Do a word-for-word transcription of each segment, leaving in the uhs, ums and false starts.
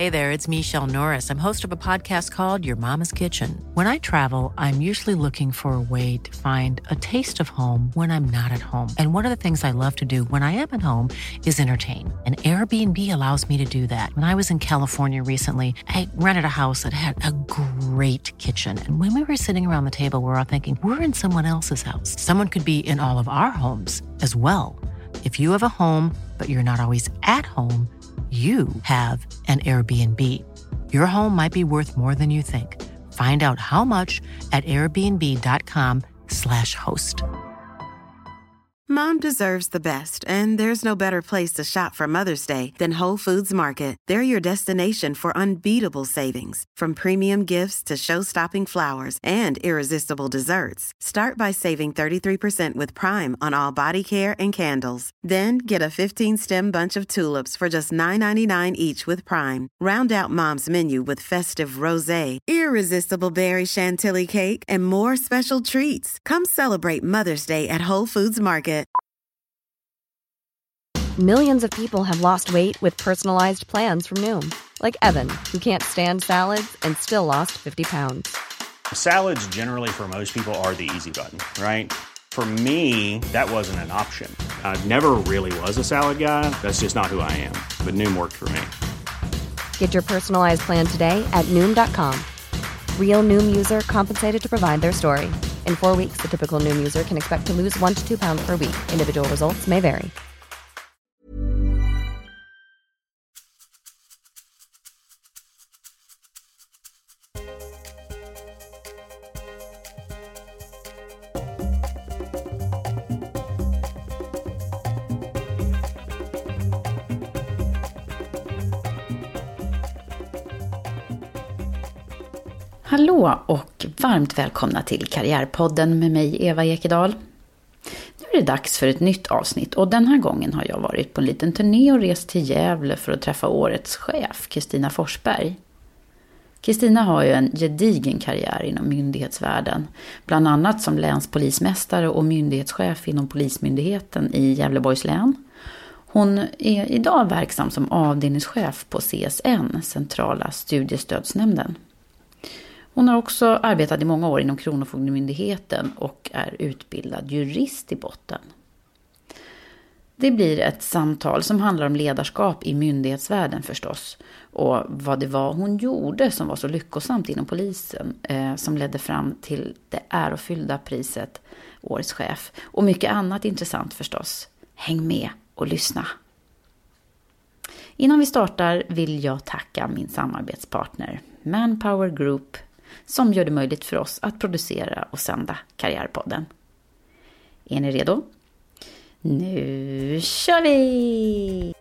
Hey there, it's Michelle Norris. I'm host of a podcast called Your Mama's Kitchen. When I travel, I'm usually looking for a way to find a taste of home when I'm not at home. And one of the things I love to do when I am at home is entertain. And Airbnb allows me to do that. When I was in California recently, I rented a house that had a great kitchen. And when we were sitting around the table, we were all thinking, we're in someone else's house. Someone could be in all of our homes as well. If you have a home, but you're not always at home, you have an Airbnb. Your home might be worth more than you think. Find out how much at airbnb.com slash host. Mom deserves the best, and there's no better place to shop for Mother's Day than Whole Foods Market. They're your destination for unbeatable savings, from premium gifts to show-stopping flowers and irresistible desserts. Start by saving thirty-three percent with Prime on all body care and candles. Then get a fifteen-stem bunch of tulips for just nine ninety-nine each with Prime. Round out Mom's menu with festive rosé, irresistible berry chantilly cake, and more special treats. Come celebrate Mother's Day at Whole Foods Market. Millions of people have lost weight with personalized plans from Noom. Like Evan, who can't stand salads and still lost fifty pounds. Salads generally for most people are the easy button, right? For me, that wasn't an option. I never really was a salad guy. That's just not who I am. But Noom worked for me. Get your personalized plan today at Noom dot com. Real Noom user compensated to provide their story. In four weeks, the typical Noom user can expect to lose one to two pounds per week. Individual results may vary. Hallå och varmt välkomna till Karriärpodden med mig Eva Ekedal. Nu är det dags för ett nytt avsnitt och den här gången har jag varit på en liten turné och rest till Gävle för att träffa årets chef, Kristina Forsberg. Kristina har ju en gedigen karriär inom myndighetsvärlden, bland annat som länspolismästare och myndighetschef inom Polismyndigheten i Gävleborgs län. Hon är idag verksam som avdelningschef på C S N, Centrala studiestödsnämnden. Hon har också arbetat i många år inom Kronofogdemyndigheten och är utbildad jurist i botten. Det blir ett samtal som handlar om ledarskap i myndighetsvärlden förstås. Och vad det var hon gjorde som var så lyckosamt inom polisen eh, som ledde fram till det ärofyllda priset Årets chef. Och mycket annat intressant förstås. Häng med och lyssna. Innan vi startar vill jag tacka min samarbetspartner Manpower Group som gör det möjligt för oss att producera och sända Karriärpodden. Är ni redo? Nu kör vi!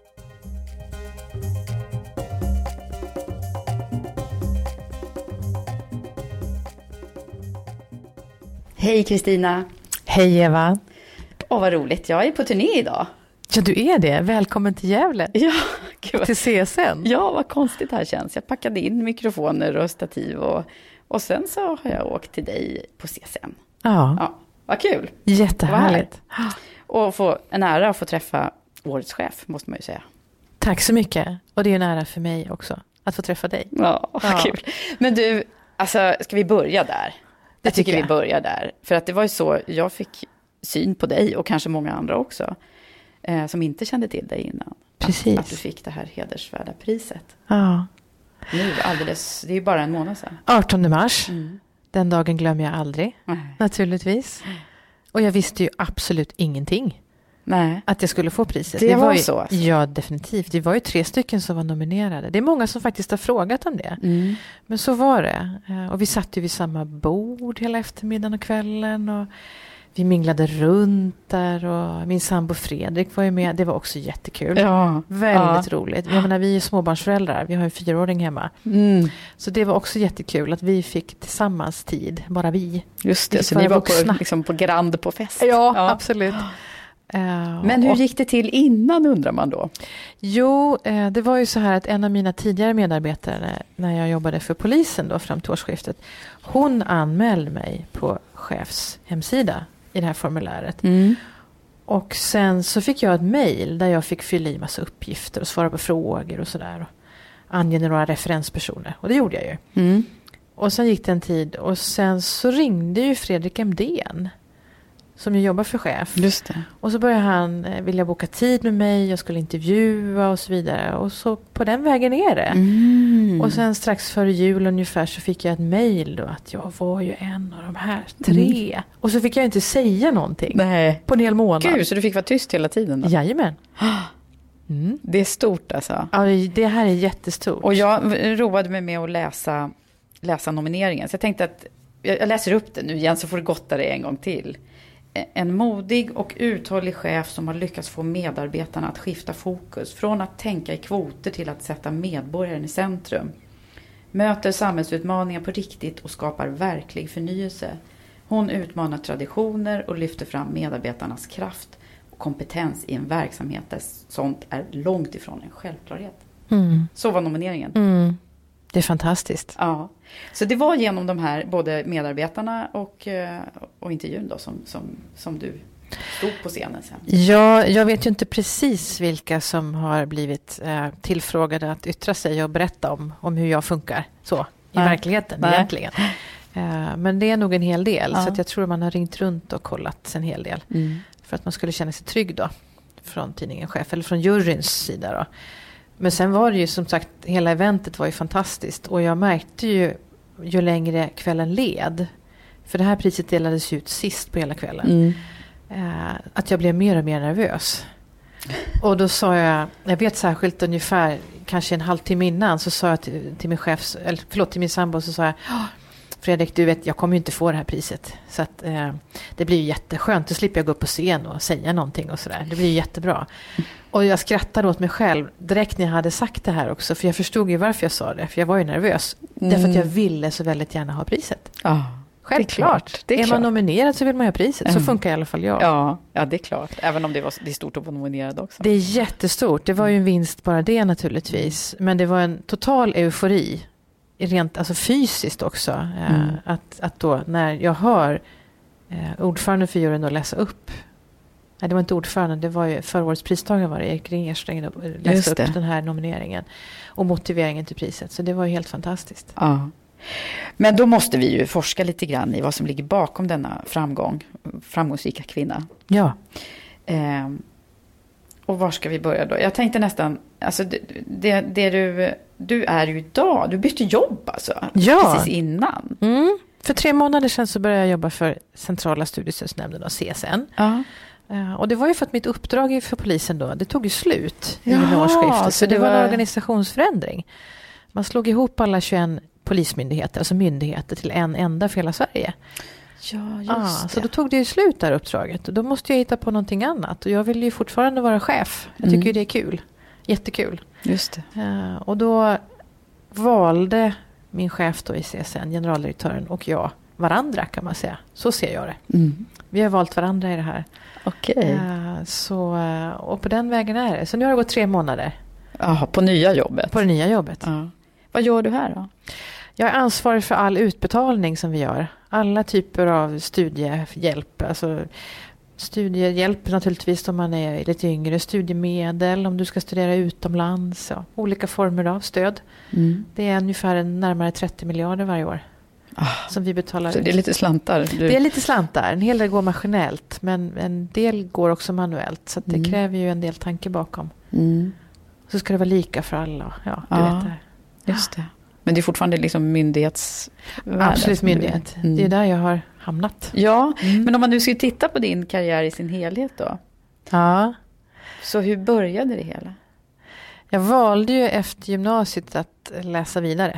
Hej Kristina! Hej Eva! Åh vad roligt, jag är på turné idag. Ja, du är det. Välkommen till Gävle. Ja, gud. Till C S N. Ja, vad konstigt det här känns. Jag packade in mikrofoner och stativ och, och sen så har jag åkt till dig på C S N. Ja. Ja, vad kul. Jättehärligt. Och få en ära att få träffa årets chef, måste man ju säga. Tack så mycket. Och det är en ära för mig också att få träffa dig. Ja, vad ja. Kul. Men du, alltså, ska vi börja där? Det jag tycker jag. vi börjar där. För att det var ju så, jag fick syn på dig och kanske många andra också. Eh, som inte kände till dig innan. Precis. Att, att du fick det här hedersvärda priset. Ja. Nu alldeles, det är ju bara en månad sedan. artonde mars. Mm. Den dagen glömmer jag aldrig. Nej. Naturligtvis. Och jag visste ju absolut ingenting. Nej. Att jag skulle få priset. Det, det var, var ju, så. Alltså. Ja, definitivt. Det var ju tre stycken som var nominerade. Det är många som faktiskt har frågat om det. Mm. Men så var det. Och vi satt ju vid samma bord hela eftermiddagen och kvällen. Och vi minglade runt där. Och min sambo Fredrik var ju med. Det var också jättekul. Ja. Väldigt ja. roligt. Jag menar, vi är ju småbarnsföräldrar. Vi har en fyraåring hemma. Mm. Så det var också jättekul att vi fick tillsammans tid. Bara vi. Just det, vi så ni var på, liksom på Grand på fest. Ja, ja. Absolut. Uh, Men hur och, gick det till innan, undrar man då? Jo, uh, det var ju så här att en av mina tidigare medarbetare när jag jobbade för polisen då fram till årsskiftet, hon anmälde mig på chefs hemsida i det här formuläret. Mm. Och sen så fick jag ett mejl där jag fick fylla i massa uppgifter och svara på frågor och sådär. ange några referenspersoner. Och det gjorde jag ju. Mm. Och sen gick det en tid och sen så ringde ju Fredrik Emdén som ju jobbar för chef. Just det. Och så började han eh, vilja boka tid med mig, jag skulle intervjua och så vidare. Och så på den vägen är det. Mm. Och sen strax före jul ungefär så fick jag ett mejl då att jag var ju en av de här tre. Mm. Och så fick jag inte säga någonting. Nej. På en hel månad. Gud, så du fick vara tyst hela tiden då? Jajamän. Mm. Det är stort alltså. Ja, det här är jättestort. Och jag roade mig med att läsa, läsa nomineringen. Så jag tänkte att jag läser upp det nu igen så får du gotta det en gång till. En modig och uthållig chef som har lyckats få medarbetarna att skifta fokus från att tänka i kvoter till att sätta medborgaren i centrum. Möter samhällsutmaningar på riktigt och skapar verklig förnyelse. Hon utmanar traditioner och lyfter fram medarbetarnas kraft och kompetens i en verksamhet där sånt är långt ifrån en självklarhet. Mm. Så var nomineringen. Mm. Det är fantastiskt. Ja. Så det var genom de här både medarbetarna och, och intervjun då som, som, som du stod på scenen sen. Ja, jag vet ju inte precis vilka som har blivit eh, tillfrågade att yttra sig och berätta om, om hur jag funkar så i Nej. verkligheten Nej. egentligen. Eh, men det är nog en hel del ja. så att jag tror man har ringt runt och kollat en hel del mm. för att man skulle känna sig trygg då från tidningen Chef eller från juryns sida då. Men sen var det ju som sagt, hela eventet var ju fantastiskt. Och jag märkte ju, ju längre kvällen led. För det här priset delades ut sist på hela kvällen. Mm. Eh, att jag blev mer och mer nervös. Och då sa jag, jag vet särskilt ungefär, kanske en halvtimme innan. Så sa jag till, till min chef, eller förlåt till min sambo, så sa jag, Fredrik, du vet, jag kommer ju inte få det här priset. Så att eh, det blir ju jätteskönt. Då slipper jag gå upp på scen och säga någonting och sådär. Det blir ju jättebra. Och jag skrattade åt mig själv direkt när jag hade sagt det här också. För jag förstod ju varför jag sa det. För jag var ju nervös. Mm. Därför att jag ville så väldigt gärna ha priset. Ja, självklart. Det är, är, är man nominerad så vill man ha priset. Mm. Så funkar i alla fall jag. Ja, ja, det är klart. Även om det, var, det är stort att vara nominerad också. Det är jättestort. Det var ju en vinst bara det naturligtvis. Men det var en total eufori. Rent alltså fysiskt också. Mm. Eh, att, att då när jag hör eh, ordföranden för juryn då läsa upp. Nej, det var inte ordföranden, det var ju förra årets pristagare var det. Erik Ringersträng läste upp den här nomineringen. Och motiveringen till priset. Så det var ju helt fantastiskt. Ja. Men då måste vi ju forska lite grann i vad som ligger bakom denna framgång. Framgångsrika kvinna. Ja. Eh, och var ska vi börja då? Jag tänkte nästan, alltså det, det, det du, du är ju idag, du bytte jobb alltså. Ja. Precis innan. Mm. För tre månader sedan så började jag jobba för Centrala studiestödsnämnden och C S N. Ja. Uh, och det var ju för att mitt uppdrag för polisen då, det tog ju slut i årsskiftet. Så det, det var en organisationsförändring. Man slog ihop alla tjugoen polismyndigheter, alltså myndigheter till en enda för hela Sverige. Ja, just ah, det. Så då tog det ju slut där uppdraget. Och då måste jag hitta på någonting annat. Och jag vill ju fortfarande vara chef. Jag tycker mm. ju det är kul. Jättekul. Just det. Uh, och då valde min chef då i C S N, generaldirektören och jag, varandra kan man säga. Så ser jag det. Mm. Vi har valt varandra i det här. Okej. Uh, så, och på den vägen är det. Så nu har det gått tre månader. Ja, på nya jobbet. På det nya jobbet. Ja. Vad gör du här då? Jag är ansvarig för all utbetalning som vi gör. Alla typer av studiehjälp. Alltså studiehjälp naturligtvis om man är lite yngre. Studiemedel om du ska studera utomlands. Ja, olika former av stöd. Mm. Det är ungefär en närmare trettio miljarder varje år. Ah, som vi betalar så ut. Det är lite slantar? Du... Det är lite slantar. En hel del går maskinellt. Men en del går också manuellt. Så att det mm. kräver ju en del tanke bakom. Mm. Så ska det vara lika för alla. Ja, du ah, vet det. Just det. Men det är fortfarande liksom myndighets... Absolut myndighet. Mm. Det är där jag har hamnat. Ja, mm. men om man nu ska titta på din karriär i sin helhet då. Ja. Så hur började det hela? Jag valde ju efter gymnasiet att läsa vidare.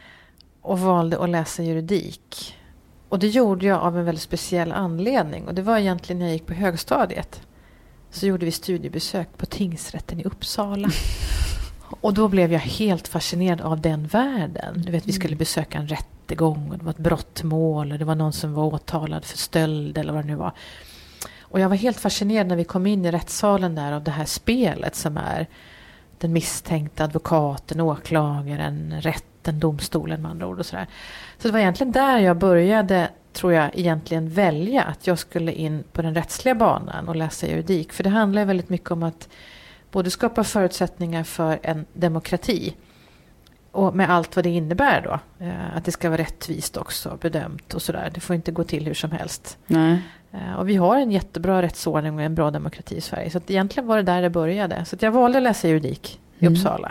Och valde att läsa juridik. Och det gjorde jag av en väldigt speciell anledning. Och det var egentligen när jag gick på högstadiet. Så gjorde vi studiebesök på tingsrätten i Uppsala. Och då blev jag helt fascinerad av den världen. Du vet, vi skulle besöka en rättegång och det var ett brottmål och det var någon som var åtalad för stöld eller vad det nu var. Och jag var helt fascinerad när vi kom in i rättssalen där av det här spelet som är den misstänkta advokaten, åklagaren, rätten, domstolen med andra ord och sådär. Så det var egentligen där jag började, tror jag, egentligen välja att jag skulle in på den rättsliga banan och läsa juridik. För det handlar väldigt mycket om att både skapa förutsättningar för en demokrati Och med allt vad det innebär då. Eh, att det ska vara rättvist också, bedömt och sådär. Det får inte gå till hur som helst. Nej. Eh, och vi har en jättebra rättsordning och en bra demokrati i Sverige. Så att egentligen var det där det började. Så att jag valde att läsa juridik i Mm. Uppsala.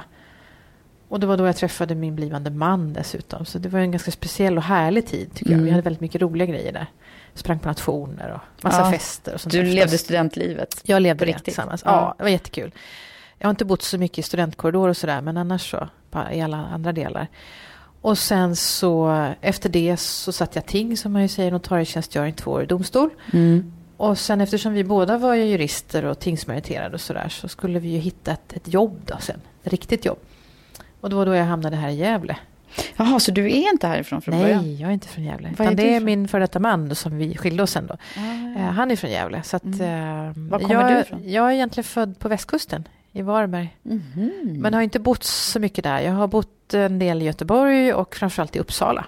Och det var då jag träffade min blivande man dessutom. Så det var en ganska speciell och härlig tid tycker Mm. jag. Vi hade väldigt mycket roliga grejer där. Sprang på nationer och massa Ja. fester och sånt. Du där levde förstås. studentlivet. Jag levde på det riktigt. tillsammans. Ja. Ja, det var jättekul. Jag har inte bott så mycket i studentkorridor och sådär, men annars så bara i alla andra delar. Och sen så efter det så satt jag ting, som man ju säger, notarietjänstgöring två år i domstol. Mm. Och sen eftersom vi båda var ju jurister och tingsmeriterade och sådär, så skulle vi ju hitta ett, ett jobb då sen. Ett riktigt jobb. Och då var då jag hamnade här i Gävle. Jaha, så du är inte härifrån från början? Nej, jag är inte från Gävle. Var är Utan du det är ifrån? min före detta man då, som vi skilde oss sen då. Ah, Eh, han är från Gävle. Så att, Mm. eh, Var kommer jag, du ifrån? Jag är egentligen född på västkusten, i Varberg. Mhm. Men har inte bott så mycket där. Jag har bott en del i Göteborg och framförallt i Uppsala.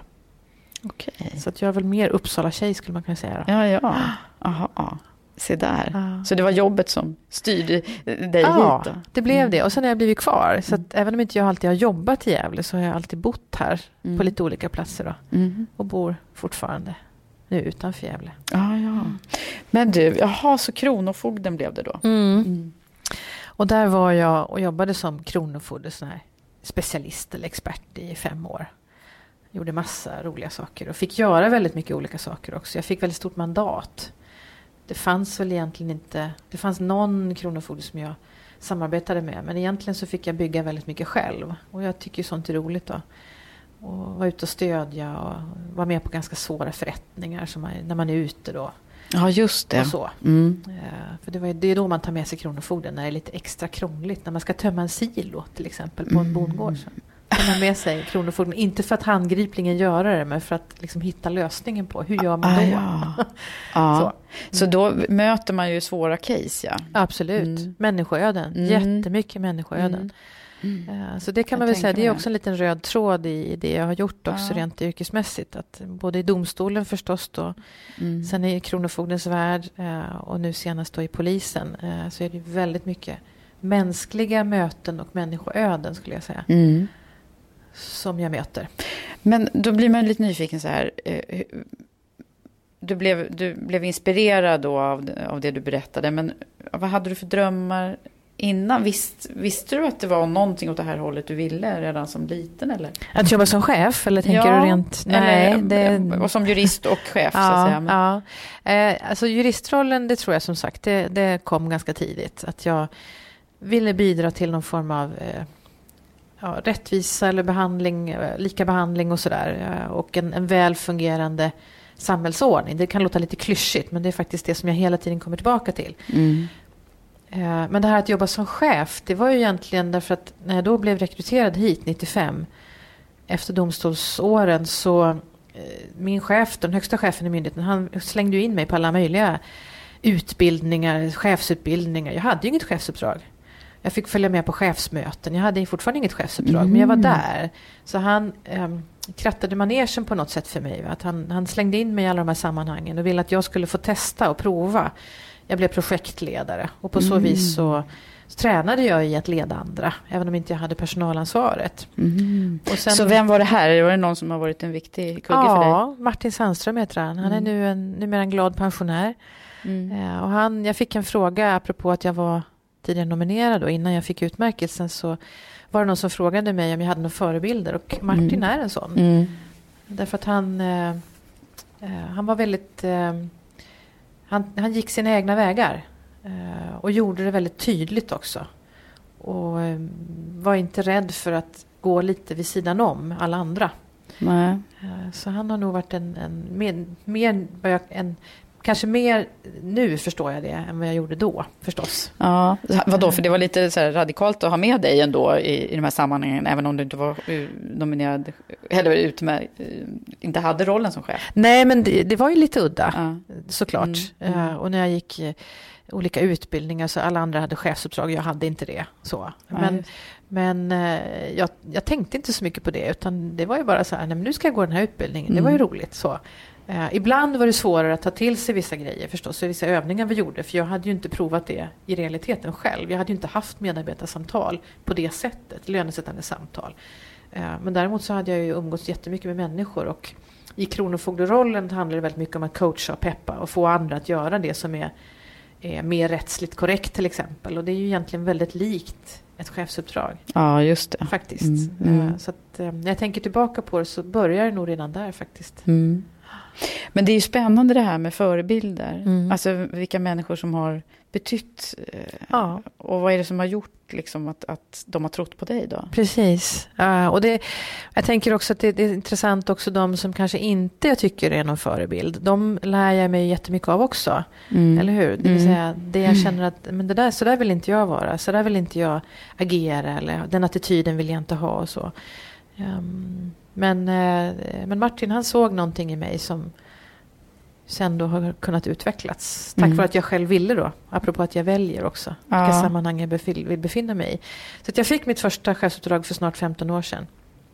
Okej. Så att jag är väl mer Uppsala-tjej skulle man kunna säga. Då. Ja, ja. Aha, ja. Se där. Ja. Så det var jobbet som styrde dig Ja, hit då? det blev Mm. det. Och sen har jag blivit kvar. Så att även om inte jag alltid har jobbat i Gävle, så har jag alltid bott här Mm. på lite olika platser då. Mm. Och bor fortfarande nu utanför Gävle. Ja, ja. Men du, jaha, så kronofogden blev det då? Mm. Och där var jag och jobbade som kronofogde, sån här specialist eller expert i fem år. Gjorde massa roliga saker och fick göra väldigt mycket olika saker också. Jag fick väldigt stort mandat. Det fanns väl egentligen inte, det fanns någon kronofogde som jag samarbetade med, men egentligen så fick jag bygga väldigt mycket själv. Och jag tycker sånt är roligt då. Och vara ute och stödja och vara med på ganska svåra förrättningar som man, när man är ute då. Ja, just det. Och så. Mm. Eh, för det, var, det är då man tar med sig kronofogden, när det är lite extra krångligt. När man ska tömma en silo till exempel på en Mm. bondgård. Så tar man med sig kronofogden. Inte för att handgripligen göra det, men för att liksom hitta lösningen på hur gör man då. Ah, ja. Ja. Så. så då möter man ju svåra case, ja. Absolut. Mm. Människoöden. Mm. Jättemycket människoöden. Mm. Mm. Eh, Så det kan Jag man väl tänker säga, det är det. också en liten röd tråd i det jag har gjort också, Ja. rent yrkesmässigt. Att både i domstolen förstås då, Mm. sen i kronofogdens värld eh, och nu senast då i polisen, eh, så är det väldigt mycket mänskliga möten och människoöden skulle jag säga, Mm. som jag möter. Men då blir man lite nyfiken så här. eh, hur- Du blev, du blev inspirerad då av, det- av det du berättade, men vad hade du för drömmar innan? Visst, visste du att det var någonting åt det här hållet du ville redan som liten? Eller? Att jobba som chef, eller tänker du rent? eller, det... och som jurist och chef, så att säga. Men, Ja, eh, alltså juristrollen, det tror jag som sagt, det, det kom ganska tidigt. Att jag ville bidra till någon form av eh, ja, rättvisa eller behandling, eh, lika behandling och sådär. Eh, och en, en väl fungerande samhällsordning. Det kan låta lite klyschigt, men det är faktiskt det som jag hela tiden kommer tillbaka till. mm. Eh, Men det här att jobba som chef, det var ju egentligen därför att när jag då blev rekryterad hit nittiofem, efter domstolsåren, så eh, min chef, den högsta chefen i myndigheten, han slängde ju in mig på alla möjliga utbildningar, chefsutbildningar. Jag hade ju inget chefsuppdrag. Jag fick följa med på chefsmöten. Jag hade fortfarande inget chefsuppdrag, Mm. men jag var där. Så han eh, krattade manegen på något sätt för mig. Va? Att han, han slängde in mig i alla de här sammanhangen och ville att jag skulle få testa och prova. Jag blev projektledare och på så Mm. vis så, så tränade jag i att leda andra, även om inte jag hade personalansvaret. Mm. Och sen, Så vem var det här? Var det någon som har varit en viktig kugge för dig? Ja, Martin Sandström heter han. Han är Mm. nu en, numera en glad pensionär. Mm. Eh, och han, jag fick en fråga apropå att jag var tidigare nominerad och innan jag fick utmärkelsen, så var det någon som frågade mig om jag hade några förebilder, och Martin Mm. är en sån. Mm. Därför att han, eh, eh, han var väldigt... Eh, han, han gick sina egna vägar. Eh, och gjorde det väldigt tydligt också. Och eh, var inte rädd för att gå lite vid sidan om alla andra. Nej. Eh, så han har nog varit en... en, mer, mer vad jag, en kanske mer nu förstår jag det än vad jag gjorde då, förstås. Ja, vadå? För det var lite så här radikalt att ha med dig ändå i, i de här sammanhangen, även om du inte var uh, nominerad, eller ute med, uh, inte hade rollen som chef. Nej, men det, det var ju lite udda, Ja. såklart. Mm, mm. Uh, och när jag gick uh, olika utbildningar, så alla andra hade chefsuppdrag, jag hade inte det. Så. Ja, men just. men uh, jag, jag tänkte inte så mycket på det, utan det var ju bara så här, nej, men nu ska jag gå den här utbildningen, det var ju Mm. roligt. Så. Uh, ibland var det svårare att ta till sig vissa grejer förstås, vissa övningar vi gjorde, för jag hade ju inte provat det i realiteten själv. Jag hade ju inte haft medarbetarsamtal på det sättet, lönesättande samtal. Men däremot så hade jag ju umgåtts jättemycket med människor, och i kronofogderollen handlar det väldigt mycket om att coacha och peppa och få andra att göra det som är, är mer rättsligt korrekt till exempel. Och det är ju egentligen väldigt likt ett chefsuppdrag. Ja, just det. Faktiskt. Mm, mm. Så att, när jag tänker tillbaka på det så börjar det nog redan där faktiskt. Mm. Men det är ju spännande det här med förebilder. Mm. Alltså vilka människor som har betytt. Eh, ja. Och vad är det som har gjort liksom, att, att de har trott på dig då? Precis. Uh, och det, jag tänker också att det, det är intressant också de som kanske inte jag tycker är någon förebild. De lär jag mig jättemycket av också. Mm. Eller hur? Det vill säga, det jag känner att men det där, så där vill inte jag vara. Så där vill inte jag agera. Eller den attityden vill jag inte ha och så. Um, men, uh, men Martin, han såg någonting i mig som sen då har kunnat utvecklats. Tack mm. för att jag själv ville då. Apropå att jag väljer också. Ja. Vilka sammanhang jag befin- vill befinna mig i. Så att jag fick mitt första chefsuppdrag för snart femton år sedan.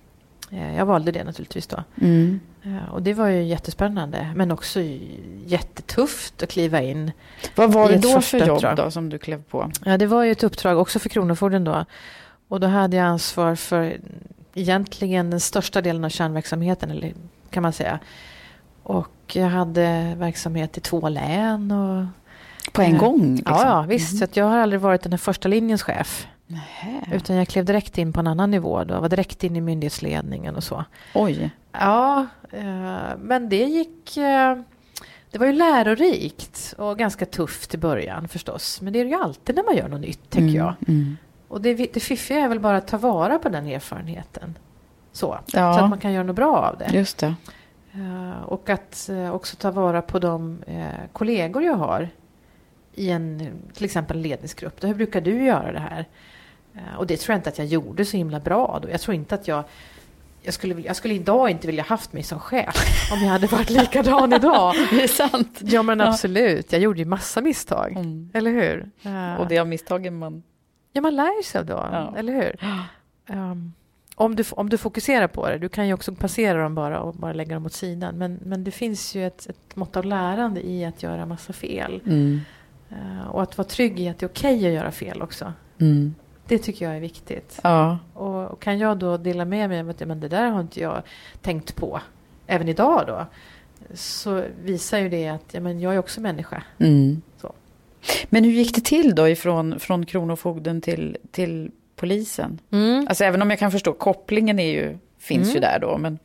Jag valde det naturligtvis då. Mm. Och det var ju jättespännande. Men också jättetufft att kliva in. Vad var det då för jobb uppdrag. Då som du klev på? Ja, det var ju ett uppdrag också för Kronofogden då. Och då hade jag ansvar för egentligen den största delen av kärnverksamheten. Eller kan man säga. Och jag hade verksamhet i två län. Och, på en gång? Liksom. Ja, visst. Mm. Så att jag har aldrig varit den här första linjens chef. Nähe. Utan jag klev direkt in på en annan nivå. Då. Jag var direkt in i myndighetsledningen och så. Oj. Ja, eh, men det gick... Eh, det var ju lärorikt och ganska tufft i början förstås. Men det är det ju alltid när man gör något nytt, tänker mm. jag. Mm. Och det, det fiffiga är väl bara att ta vara på den erfarenheten. Så, ja. Så att man kan göra något bra av det. Just det. Uh, och att uh, också ta vara på de uh, kollegor jag har i en till exempel ledningsgrupp. Då, hur brukar du göra det här? Uh, och det tror jag inte att jag gjorde så himla bra då. Jag tror inte att jag jag skulle, jag skulle idag inte vilja haft mig som chef om jag hade varit likadan idag. Det är sant. Ja, men absolut. Jag gjorde ju massa misstag. Mm. Eller hur? Uh, och det är misstagen man... Ja, man lär sig av då. Ja. Eller hur? Um, Om du, om du fokuserar på det, du kan ju också passera dem bara och bara lägga dem åt sidan. Men, men det finns ju ett, ett mått av lärande i att göra massa fel. Mm. Uh, och att vara trygg i att det är okej att göra fel också. Mm. Det tycker jag är viktigt. Ja. Och, och kan jag då dela med mig av att men det där har inte jag tänkt på. Även idag då. Så visar ju det att ja, men jag är också människa. Mm. Så. Men hur gick det till då ifrån från Kronofogden till... till polisen. Mm. Alltså även om jag kan förstå kopplingen är ju, finns mm. ju där då. Men...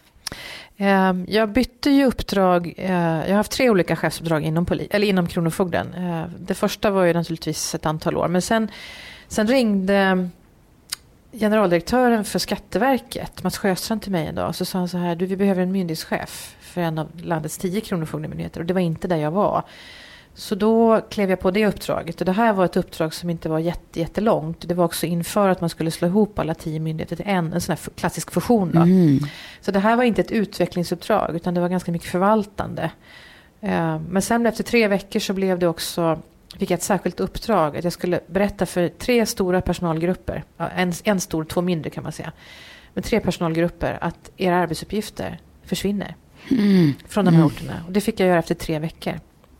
Uh, jag bytte ju uppdrag. Uh, jag har haft tre olika chefsuppdrag inom, poli- eller inom Kronofogden. Uh, det första var ju naturligtvis ett antal år. Men sen, sen ringde generaldirektören för Skatteverket, Mats Sjöstrand, till mig en dag. Och så sa han så här, du, vi behöver en myndighetschef för en av landets tio kronofogdemyndigheter. Och det var inte där jag var. Så då klev jag på det uppdraget. Och det här var ett uppdrag som inte var jätte, jättelångt. Det var också inför att man skulle slå ihop alla tio myndigheter till en, en sån här klassisk fusion. Då. Mm. Så det här var inte ett utvecklingsuppdrag utan det var ganska mycket förvaltande. Uh, men sen efter tre veckor så blev det också, fick jag ett särskilt uppdrag att jag skulle berätta för tre stora personalgrupper. En, en stor, två mindre kan man säga. Men tre personalgrupper att era arbetsuppgifter försvinner mm. från de här mm. orterna. Och det fick jag göra efter tre veckor.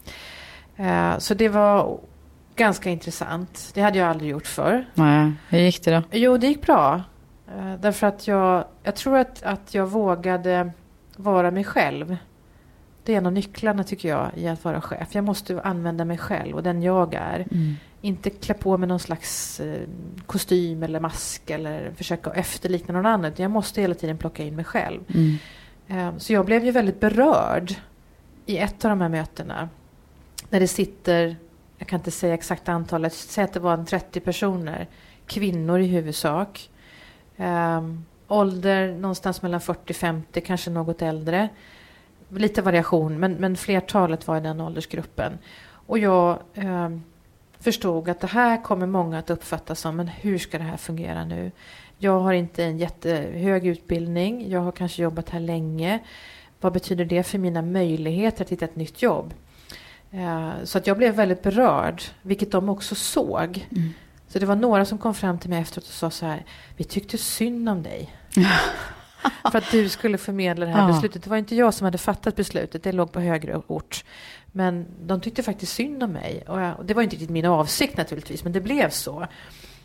Uh, så det var ganska intressant. Det hade jag aldrig gjort förr. Nej, hur gick det då? Jo, det gick bra. Uh, därför att jag, jag tror att, att jag vågade vara mig själv. Det är en av nycklarna tycker jag i att vara chef. Jag måste använda mig själv och den jag är. Mm. Inte klä på mig någon slags uh, kostym eller mask eller försöka efterlikna någon annan. Jag måste hela tiden plocka in mig själv. Mm. Uh, så jag blev ju väldigt berörd i ett av de här mötena. När det sitter, jag kan inte säga exakt antalet, säg att det var en trettio personer, kvinnor i huvudsak. Um, ålder någonstans mellan fyrtio till femtio, kanske något äldre. Lite variation, men, men flertalet var i den åldersgruppen. Och jag um, förstod att det här kommer många att uppfatta som, men hur ska det här fungera nu? Jag har inte en jättehög utbildning, jag har kanske jobbat här länge. Vad betyder det för mina möjligheter att hitta ett nytt jobb? Så att jag blev väldigt berörd, vilket de också såg. Mm. Så det var några som kom fram till mig efteråt och sa så här, vi tyckte synd om dig. För att du skulle förmedla det här ja. beslutet. Det var inte jag som hade fattat beslutet, det låg på högre ort. Men de tyckte faktiskt synd om mig. Och, jag, och det var inte min avsikt naturligtvis, men det blev så.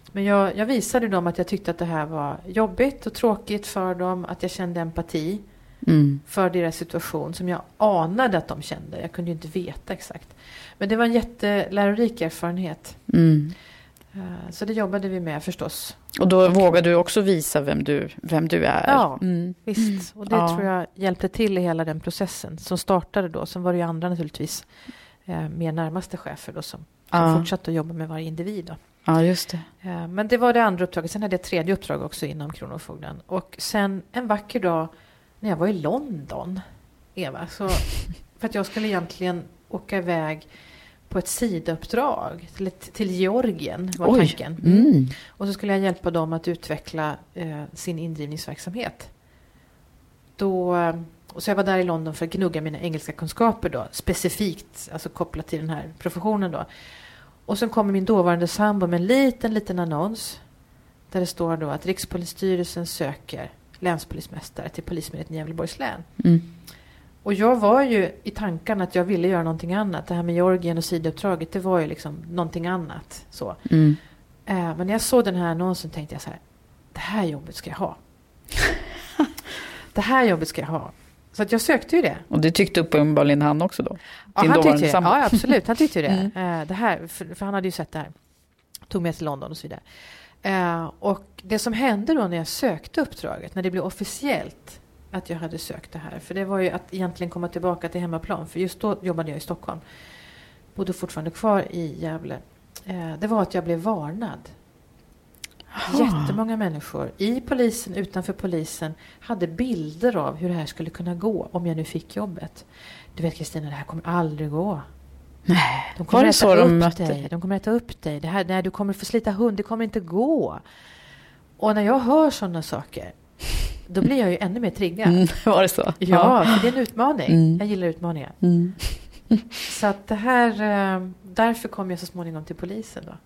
Men jag, jag visade dem att jag tyckte att det här var jobbigt och tråkigt för dem. Att jag kände empati mm. för deras situation som jag anade att de kände. Jag kunde ju inte veta exakt. Men det var en jättelärorik erfarenhet. Mm. Så det jobbade vi med förstås. Och då vågade du också visa vem du, vem du är. Ja, mm. visst. Och det ja. tror jag hjälpte till i hela den processen som startade då. Sen var det ju andra naturligtvis eh, mer närmaste chefer då som, som ja. fortsatte att jobba med varje individ då. Ja, just det. Eh, men det var det andra uppdraget. Sen hade jag ett tredje uppdrag också inom Kronofogden. Och sen en vacker dag när jag var i London, Eva, så för att jag skulle egentligen åka iväg på ett sidouppdrag till, till Georgien var Oj. tanken. Mm. Mm. Och så skulle jag hjälpa dem att utveckla eh, sin indrivningsverksamhet. Då, och så jag var där i London för att gnugga mina engelska kunskaper då, specifikt alltså kopplat till den här professionen då. Och sen kommer min dåvarande sambo med en liten, liten annons där det står då att Rikspolisstyrelsen söker länspolismästare till Polismyndigheten i Gävleborgs län. Mm. Och jag var ju i tanken att jag ville göra någonting annat. Det här med Georgien och sidouppdraget, det var ju liksom någonting annat. Så. Mm. Eh, men när jag såg den här annonsen tänkte jag så här, det här jobbet ska jag ha. det här jobbet ska jag ha. Så att jag sökte ju det. Och det tyckte uppenbarligen han också då? Ja, han tyckte det. Ja, absolut. Han tyckte det. Mm. Eh, det här, för, för han hade ju sett det här. Tog med till London och så vidare. Eh, och det som hände då när jag sökte uppdraget, när det blev officiellt att jag hade sökt det här. För det var ju att egentligen komma tillbaka till hemmaplan. För just då jobbade jag i Stockholm. Bodde fortfarande kvar i Gävle. Eh, det var att jag blev varnad. Aha. Jättemånga människor i polisen, utanför polisen hade bilder av hur det här skulle kunna gå om jag nu fick jobbet. Du vet Kristina, det här kommer aldrig gå. Nej, de kommer äta de upp dig. De kommer äta upp dig. Det här, nej, du kommer få slita hund, det kommer inte gå. Och när jag hör sådana saker, då blir jag ju ännu mer triggad. Mm, var det så? Ja, för det är en utmaning. Mm. Jag gillar utmaningar. Mm. Så att det här, därför kom jag så småningom till polisen då.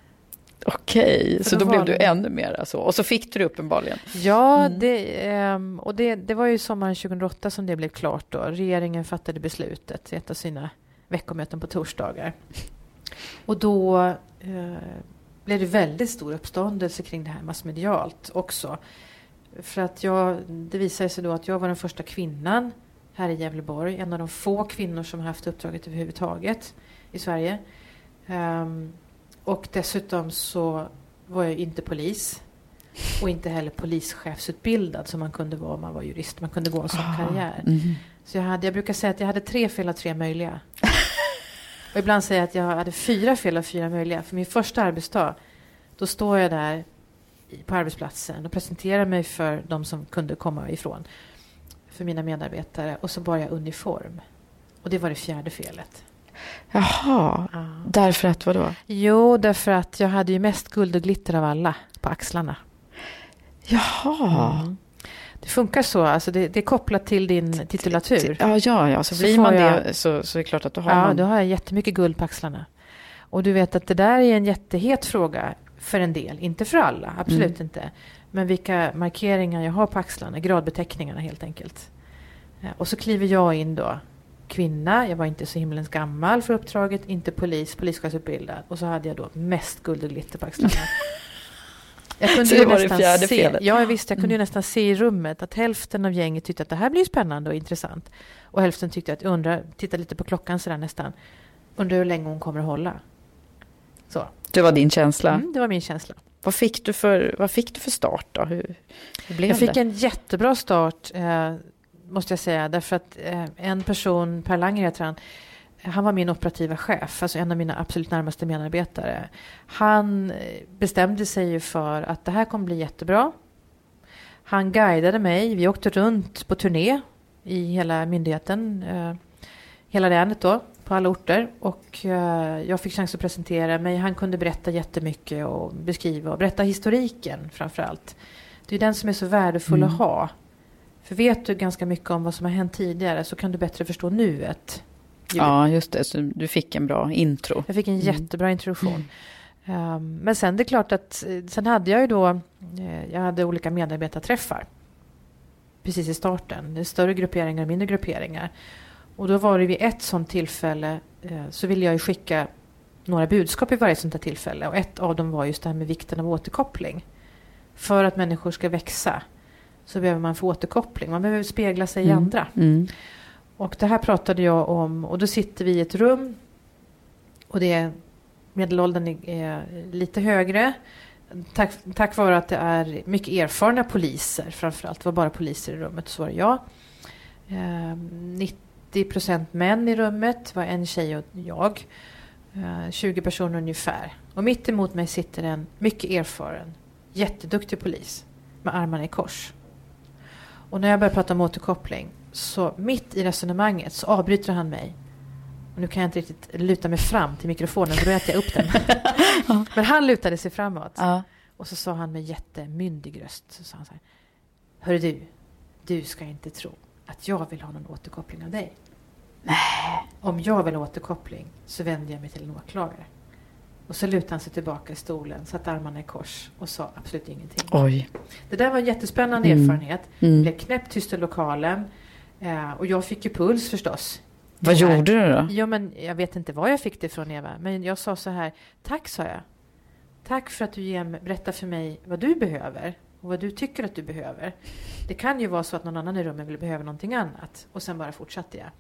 Okej, så då, då blev du det ännu mer så. Och så fick du det uppenbarligen. Ja, mm. det, och det, det var ju sommaren tjugohundraåtta som det blev klart då. Regeringen fattade beslutet i ett av sina veckomöten på torsdagar. Och då eh, blev det väldigt stor uppståndelse kring det här massmedialt också. För att jag, det visade sig då att jag var den första kvinnan här i Gävleborg. En av de få kvinnor som har haft uppdraget överhuvudtaget i Sverige. Um, och dessutom så var jag inte polis. Och inte heller polischefsutbildad som man kunde vara om man var jurist. Man kunde gå en sån ah, karriär. Mm. Så jag, hade, jag brukar säga att jag hade tre fel av tre möjliga. Och ibland säger jag att jag hade fyra fel av fyra möjliga. För min första arbetsdag, då står jag där på arbetsplatsen och presenterar mig för de som kunde komma ifrån. För mina medarbetare. Och så bar jag uniform. Och det var det fjärde felet. Jaha, ja. Därför att vad då? Jo, därför att jag hade ju mest guld och glitter av alla på axlarna. Jaha. Mm. Det funkar så, alltså det, det är kopplat till din titulatur. Ja, ja, ja. Så, så blir man jag, det så, så är det klart att du har ja, man... Ja, då har jag jättemycket guld på axlarna. Och du vet att det där är en jättehet fråga för en del, inte för alla, absolut mm. inte. Men vilka markeringar jag har på axlarna, gradbeteckningarna helt enkelt. Och så kliver jag in då, kvinna, jag var inte så himlens gammal för uppdraget, inte polis, polischefsutbildad. Och så hade jag då mest guld och glitter på axlarna. Jag kunde ju nästan se, felet. Ja, visst, jag kunde ju nästan se i rummet att hälften av gänget tyckte att det här blir spännande och intressant. Och hälften tyckte att, undrar, titta lite på klockan sådär nästan, undrar hur länge hon kommer att hålla. Så. Det var din känsla? Mm, det var min känsla. Vad fick du för, vad fick du för start då? Hur, hur blev jag fick det? en jättebra start, eh, måste jag säga. Därför att eh, en person, Per Langer heter han, han var min operativa chef, alltså en av mina absolut närmaste medarbetare. Han bestämde sig ju för att det här kommer bli jättebra. Han guidade mig, vi åkte runt på turné i hela myndigheten, eh, hela länet då, på alla orter. Och eh, jag fick chans att presentera mig. Han kunde berätta jättemycket och beskriva och berätta historiken framförallt. Det är den som är så värdefull mm. att ha. För vet du ganska mycket om vad som har hänt tidigare så kan du bättre förstå nuet. Ja, just det. Så du fick en bra intro. Jag fick en jättebra mm. introduktion. Mm. Um, men sen det är klart att sen hade jag ju då eh, jag hade olika medarbetarträffar precis i starten. Det är större grupperingar och mindre grupperingar. Och då var det vid ett sånt tillfälle eh, så ville jag ju skicka några budskap i varje sånt här tillfälle. Och ett av dem var just det här med vikten av återkoppling. För att människor ska växa så behöver man få återkoppling. Man behöver spegla sig mm. i andra. Mm. Och det här pratade jag om. Och då sitter vi i ett rum. Och det är, medelåldern är lite högre. Tack, tack vare att det är mycket erfarna poliser. Framförallt var bara poliser i rummet, så var det jag. Eh, nittio procent män i rummet. Var en tjej och jag. Eh, tjugo personer ungefär. Och mitt emot mig sitter en mycket erfaren, jätteduktig polis. Med armarna i kors. Och när jag börjar prata om återkoppling. Så mitt i resonemanget så avbryter han mig. Och nu kan jag inte riktigt luta mig fram till mikrofonen. För då äter jag upp den. Ja. Men han lutade sig framåt. Ja. Och så sa han med jättemyndig röst. Så sa han så här. Hörru du. Du ska inte tro att jag vill ha någon återkoppling av dig. Nej. Om jag vill ha återkoppling så vänder jag mig till en åklagare. Och så lutade han sig tillbaka i stolen. Satt armarna i kors. Och sa absolut ingenting. Oj. Det där var en jättespännande mm. erfarenhet. Mm. Det blev knäppt tyst i lokalen. Eh, och jag fick ju puls förstås. Vad gjorde du då? Ja, men jag vet inte vad jag fick det från, Eva. Men jag sa så här. Tack, sa jag. Tack för att du ger mig, berättar för mig vad du behöver. Och vad du tycker att du behöver. Det kan ju vara så att någon annan i rummet vill behöva någonting annat. Och sen bara fortsatte jag.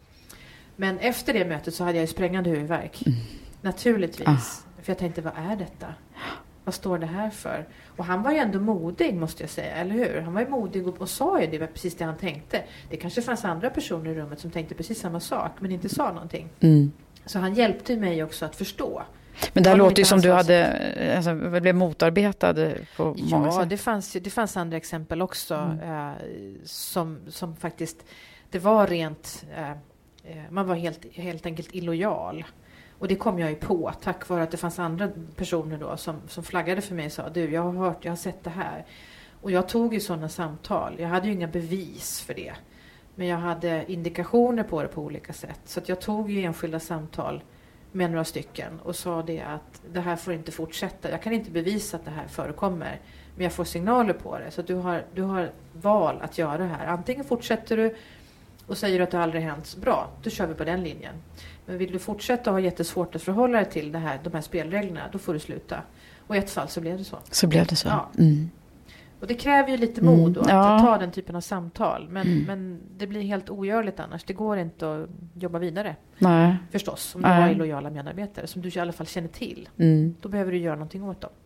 Men efter det mötet så hade jag ju sprängande huvudvärk. Mm. Naturligtvis. Ah. För jag tänkte, vad är detta? Vad står det här för? Och han var ju ändå modig, måste jag säga, eller hur? Han var ju modig och, och sa ju det, precis det han tänkte. Det kanske fanns andra personer i rummet som tänkte precis samma sak, men inte sa någonting. Mm. Så han hjälpte mig också att förstå. Men det här låter ju som du hade, alltså, blev motarbetad på ja, många sätt. Ja, det fanns, det fanns andra exempel också mm. eh, som, som faktiskt, det var rent, eh, man var helt, helt enkelt illojal. Och det kom jag ju på tack vare att det fanns andra personer då som, som flaggade för mig och sa, du, jag har hört, jag har sett det här. Och jag tog ju sådana samtal. Jag hade ju inga bevis för det. Men jag hade indikationer på det på olika sätt. Så att jag tog ju enskilda samtal med några stycken och sa det att det här får inte fortsätta. Jag kan inte bevisa att det här förekommer. Men jag får signaler på det. Så att du har, du har val att göra det här. Antingen fortsätter du och säger att det aldrig hänt. Bra, då kör vi på den linjen. Men vill du fortsätta och ha jättesvårt att förhålla dig till det här, de här spelreglerna, då får du sluta. Och i ett fall så blev det så. Så blev det så. Ja. Mm. Och det kräver ju lite mod då, mm. att ja. ta den typen av samtal. Men, mm. men det blir helt ogörligt annars. Det går inte att jobba vidare. Nej. Förstås, om du Nej. har illojala medarbetare som du i alla fall känner till. Mm. Då behöver du göra någonting åt dem.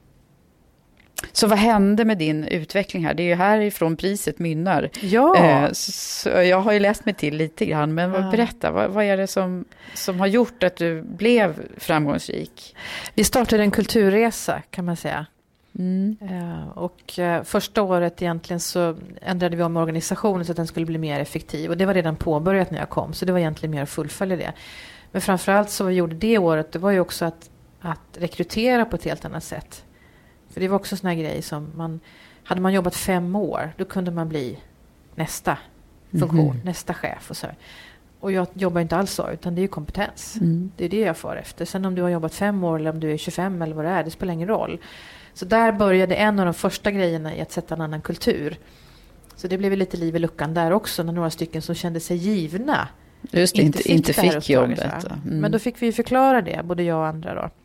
Så vad hände med din utveckling här? Det är ju härifrån priset mynnar. Ja. Eh, så jag har ju läst mig till lite grann. Men vad, berätta, vad, vad är det som, som har gjort att du blev framgångsrik? Vi startade en kulturresa, kan man säga. Mm. Eh, och eh, första året egentligen så ändrade vi om organisationen så att den skulle bli mer effektiv. Och det var redan påbörjat när jag kom. Så det var egentligen mer att fullfölja det. Men framförallt så vi gjorde det året, det var ju också att, att rekrytera på ett helt annat sätt. För det var också såna här grejer som man, hade man jobbat fem år, då kunde man bli nästa funktion, mm. nästa chef och så. Och jag jobbar inte alls så, utan det är ju kompetens. Mm. Det är det jag får efter. Sen om du har jobbat fem år eller om du är tjugofem eller vad det är, det spelar ingen roll. Så där började en av de första grejerna i att sätta en annan kultur. Så det blev lite liv i luckan där också, när några stycken som kände sig givna Just inte fick, inte fick jobbet. Mm. Men då fick vi förklara det, både jag och andra då.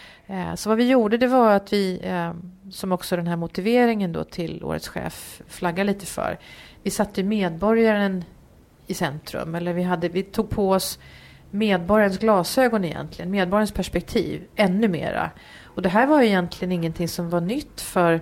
Så vad vi gjorde, det var att vi, som också den här motiveringen då till årets chef flaggar lite för, vi satte medborgaren i centrum, eller vi, hade, vi tog på oss medborgarens glasögon egentligen, medborgarens perspektiv ännu mera. Och det här var egentligen ingenting som var nytt för,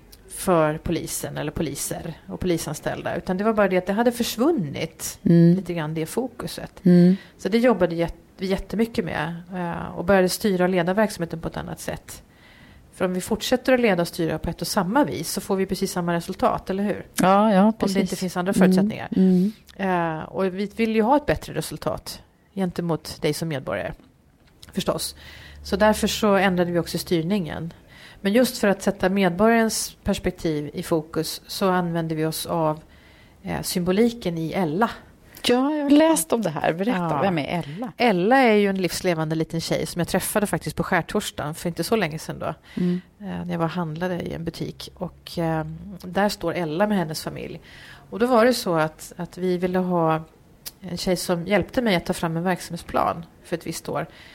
för polisen eller poliser och polisanställda, utan det var bara det att det hade försvunnit mm. lite grann det fokuset. Mm. Så det jobbade jätte vi jättemycket med och började styra och leda verksamheten på ett annat sätt. För om vi fortsätter att leda och styra på ett och samma vis så får vi precis samma resultat, eller hur? Ja, ja, precis. Om det inte finns andra förutsättningar. Mm. Mm. Uh, och vi vill ju ha ett bättre resultat gentemot dig som medborgare, förstås. Så därför så ändrade vi också styrningen. Men just för att sätta medborgarens perspektiv i fokus så använde vi oss av uh, symboliken i Ella. Ja, jag har läst om det här. Berätta, ja. Vem är Ella? Ella är ju en livslevande liten tjej som jag träffade faktiskt på skärtorsdagen för inte så länge sedan då. Mm. Eh, när jag var handlare i en butik. Och eh, där står Ella med hennes familj. Och då var det så att, att vi ville ha en tjej som hjälpte mig att ta fram en verksamhetsplan för ett visst år.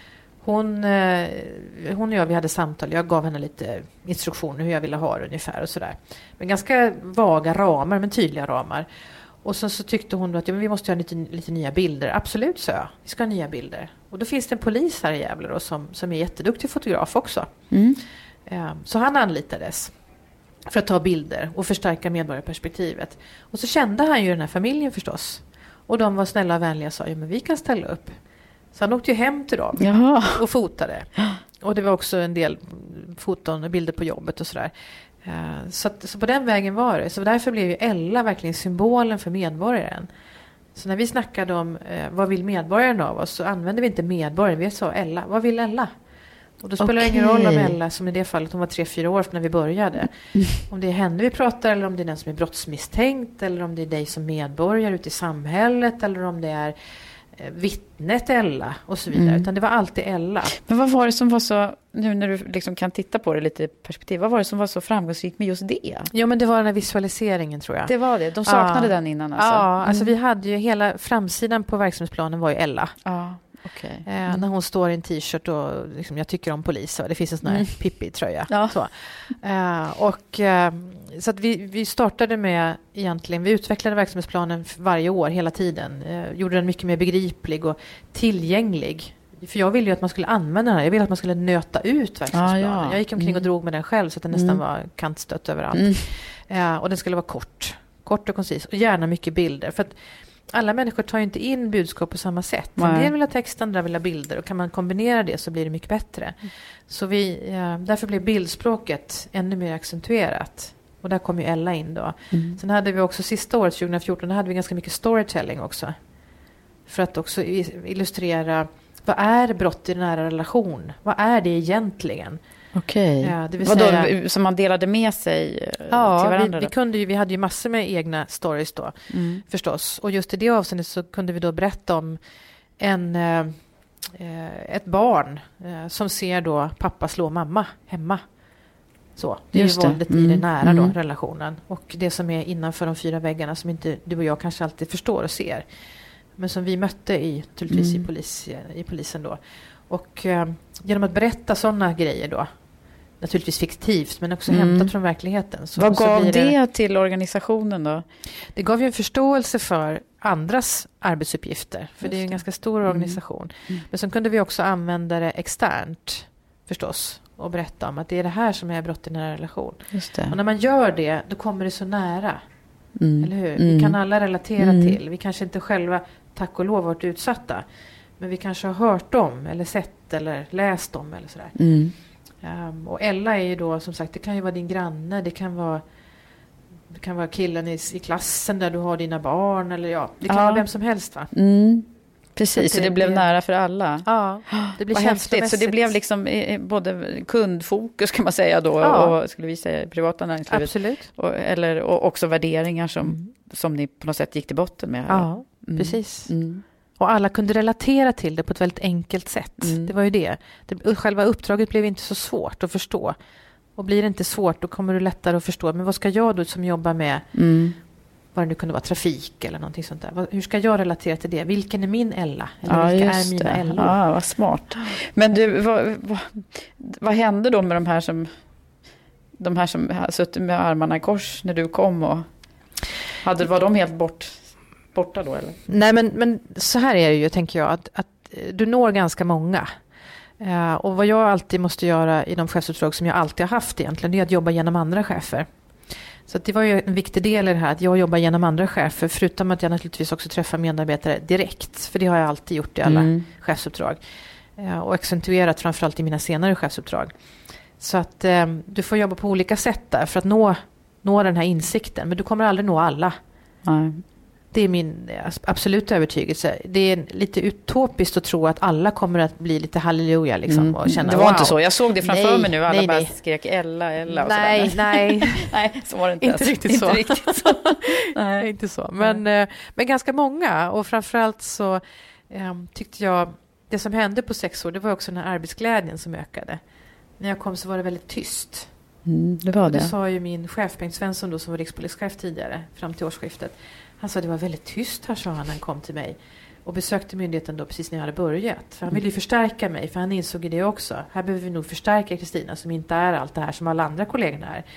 hon, eh, hon och jag, vi hade samtal. Jag gav henne lite instruktioner hur jag ville ha det ungefär och sådär. Men ganska vaga ramar, men tydliga ramar. Och sen så tyckte hon då att ja, men vi måste ha lite, lite nya bilder. Absolut, så jag. Vi ska ha nya bilder. Och då finns det en polis här i Gävle då, som, som är jätteduktig fotograf också. Mm. Eh, så han anlitades för att ta bilder och förstärka medborgarperspektivet. Och så kände han ju den här familjen förstås. Och de var snälla och vänliga och sa, ja men vi kan ställa upp. Så han åkte ju hem till dem. Jaha. Och fotade. Och det var också en del foton och bilder på jobbet och sådär. Uh, så, att, så på den vägen var det. Så därför blev ju Ella verkligen symbolen för medborgaren. Så när vi snackade om uh, vad vill medborgaren av oss, så använde vi inte medborgaren. Vi sa Ella. Vad vill Ella? Och då spelar det Okay. ingen roll om Ella, som i det fallet, hon var tre, fyra år när vi började. Mm. Om det är henne vi pratar, eller om det är den som är brottsmisstänkt, eller om det är dig som medborgare ute i samhället, eller om det är eh, vittnet Ella och så vidare. Mm. Utan det var alltid Ella. Men vad var det som var så, nu när du liksom kan titta på det lite i perspektiv, vad var det som var så framgångsrikt med just det? Jo, men det var den här visualiseringen, tror jag. Det var det, de saknade ja. den innan alltså. Ja, mm. alltså vi hade ju hela framsidan på verksamhetsplanen var ju Ella. Ja. Okay. Eh, mm. När hon står i en t-shirt och liksom, jag tycker om polis, det finns en sån här mm. Pippi-tröja. Ja. Så, eh, och, eh, så att vi, vi startade med egentligen, vi utvecklade verksamhetsplanen varje år hela tiden. Eh, gjorde den mycket mer begriplig och tillgänglig. För jag ville ju att man skulle använda den här. Jag ville att man skulle nöta ut verksamhetsplanen. Ah, ja. Jag gick omkring mm. och drog med den själv så att den nästan mm. var kantstött överallt. Mm. Eh, och den skulle vara kort. Kort och koncis. Och gärna mycket bilder. För att alla människor tar ju inte in budskap på samma sätt. Nej. En del vill ha text, andra vill ha bilder. Och kan man kombinera det så blir det mycket bättre. Mm. Så vi, eh, därför blev bildspråket ännu mer accentuerat. Och där kom ju Ella in då. Mm. Sen hade vi också sista året, tjugo fjorton, då hade vi ganska mycket storytelling också. För att också illustrera, vad är brott i en nära relation? Vad är det egentligen? Okej. Okay. Ja, Vadå, som man delade med sig ja, till varandra? Vi, vi, kunde ju, vi hade ju massor med egna stories då, mm. förstås. Och just i det avseendet så kunde vi då berätta om en, eh, ett barn eh, som ser då pappa slå mamma hemma. Så, det är just ju våldet det. Mm. i den nära då, mm. relationen. Och det som är innanför de fyra väggarna som inte du och jag kanske alltid förstår och ser. Men som vi mötte i, naturligtvis mm. i, polis, i polisen då. Och eh, genom att berätta sådana grejer då, naturligtvis fiktivt men också mm. hämtat från verkligheten. Så, Vad så gav det, det till organisationen då? Det gav ju en förståelse för andras arbetsuppgifter. För Just det är ju en ganska stor mm. organisation. Mm. Men så kunde vi också använda det externt förstås. Och berätta om att det är det här som är brott i en relation. Just det. Och när man gör det, då kommer det så nära. Mm. Eller hur? Mm. Vi kan alla relatera mm. till. Vi kanske inte själva, tack och lov, varit utsatta. Men vi kanske har hört om, eller sett, eller läst om, eller sådär. Mm. Um, och Ella är ju då, som sagt, det kan ju vara din granne, det kan vara, det kan vara killen i, i klassen där du har dina barn, eller ja, det kan ja. vara vem som helst, va? Mm. Precis, så det, det blev det, nära för alla. Ja, det blev känslomässigt. Så det blev liksom både kundfokus kan man säga då, ja. och skulle vi säga privata näringslivet. Absolut. Och, eller, och också värderingar som, mm. som ni på något sätt gick till botten med. Ja, mm. precis. Mm. Och alla kunde relatera till det på ett väldigt enkelt sätt. Mm. Det var ju det. det. Själva uppdraget blev inte så svårt att förstå. Och blir det inte svårt, då kommer du lättare att förstå. Men vad ska jag då som jobbar med, mm. vad det nu kunde vara, trafik eller någonting sånt där. Hur ska jag relatera till det? Vilken är min Ella? Eller ja, vilka är mina Ella? Ja, vad smart. Men du, vad, vad, vad hände då med de här som de här som suttit med armarna i kors när du kom? Och hade, var de helt bort... borta då, eller? Nej, men, men så här är det ju, tänker jag, att, att du når ganska många. Uh, och vad jag alltid måste göra i de chefsuppdrag som jag alltid har haft egentligen, det är att jobba genom andra chefer. Så att det var ju en viktig del i det här, att jag jobbar genom andra chefer, förutom att jag naturligtvis också träffar medarbetare direkt. För det har jag alltid gjort i alla mm. chefsuppdrag. Uh, och accentuerat framförallt i mina senare chefsuppdrag. Så att um, du får jobba på olika sätt där för att nå, nå den här insikten. Men du kommer aldrig nå alla. Nej. Det är min absoluta övertygelse. Det är lite utopiskt att tro att alla kommer att bli lite halleluja liksom, mm. och känna, det var wow. inte så. Jag såg det framför nej, mig nu. Alla nej, bara nej. skrek Ella, Ella. Och nej, nej. nej, så var det inte. Inte ens. riktigt inte så. Riktigt så. nej, inte så. Men, mm. men ganska många. Och framförallt så um, tyckte jag, det som hände på sex år, det var också den här arbetsglädjen som ökade. När jag kom så var det väldigt tyst. Mm, det var det. Det sa ju min chef Bengt Svensson då, som var rikspolischef tidigare, fram till årsskiftet. Han sa det var väldigt tyst här, sa han när han kom till mig. och besökte myndigheten då precis när jag hade börjat. För han ville ju förstärka mig, för han insåg ju det också. Här behöver vi nog förstärka Kristina som inte är allt det här som alla andra kollegorna är.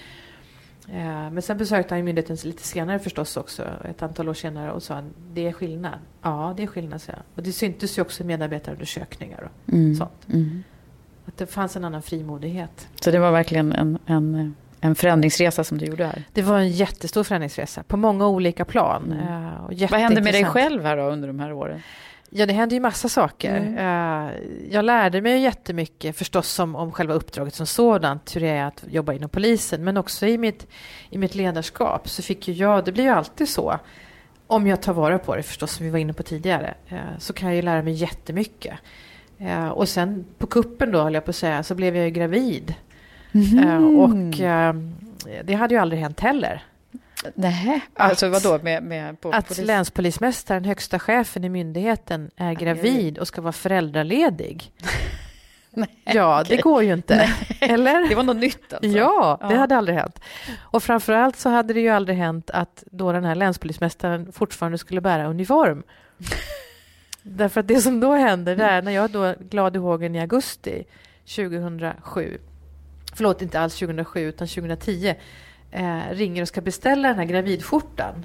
Eh, men sen besökte han myndigheten lite senare förstås också, ett antal år senare, och sa det är skillnad. Ja, det är skillnad, så jag. Och det syntes ju också i medarbetarundersökningar och Mm. sånt. Mm. Att det fanns en annan frimodighet. Så det var verkligen en, en, en förändringsresa som du gjorde här. Det var en jättestor förändringsresa på många olika plan. Mm. Eh, och Vad hände med dig jätteintressant. själv här då under de här åren? Ja, det hände ju massa saker. Mm. Uh, jag lärde mig jättemycket förstås om, om själva uppdraget som sådant, hur det är att jobba inom polisen, men också i mitt, i mitt ledarskap så fick ju jag, det blir ju alltid så, om jag tar vara på det förstås som vi var inne på tidigare, uh, så kan jag ju lära mig jättemycket. Uh, och sen på kuppen då, höll jag på att säga, så blev jag ju gravid. Mm. Uh, och uh, det hade ju aldrig hänt heller. Nej, alltså vad då med, med på Att polis? länspolismästaren, högsta chefen i myndigheten, är gravid och ska vara föräldraledig. Nej, ja, okej. det går ju inte. Nej. Eller? Det var något nytt alltså. Ja, det Ja. hade aldrig hänt. Och framförallt så hade det ju aldrig hänt att då den här länspolismästaren fortfarande skulle bära uniform. Därför att det som då händer där, när jag då glad i hågen i augusti tjugohundrasju, förlåt inte alls tjugohundrasju utan tjugohundratio, eh, ringer och ska beställa den här gravidskjortan.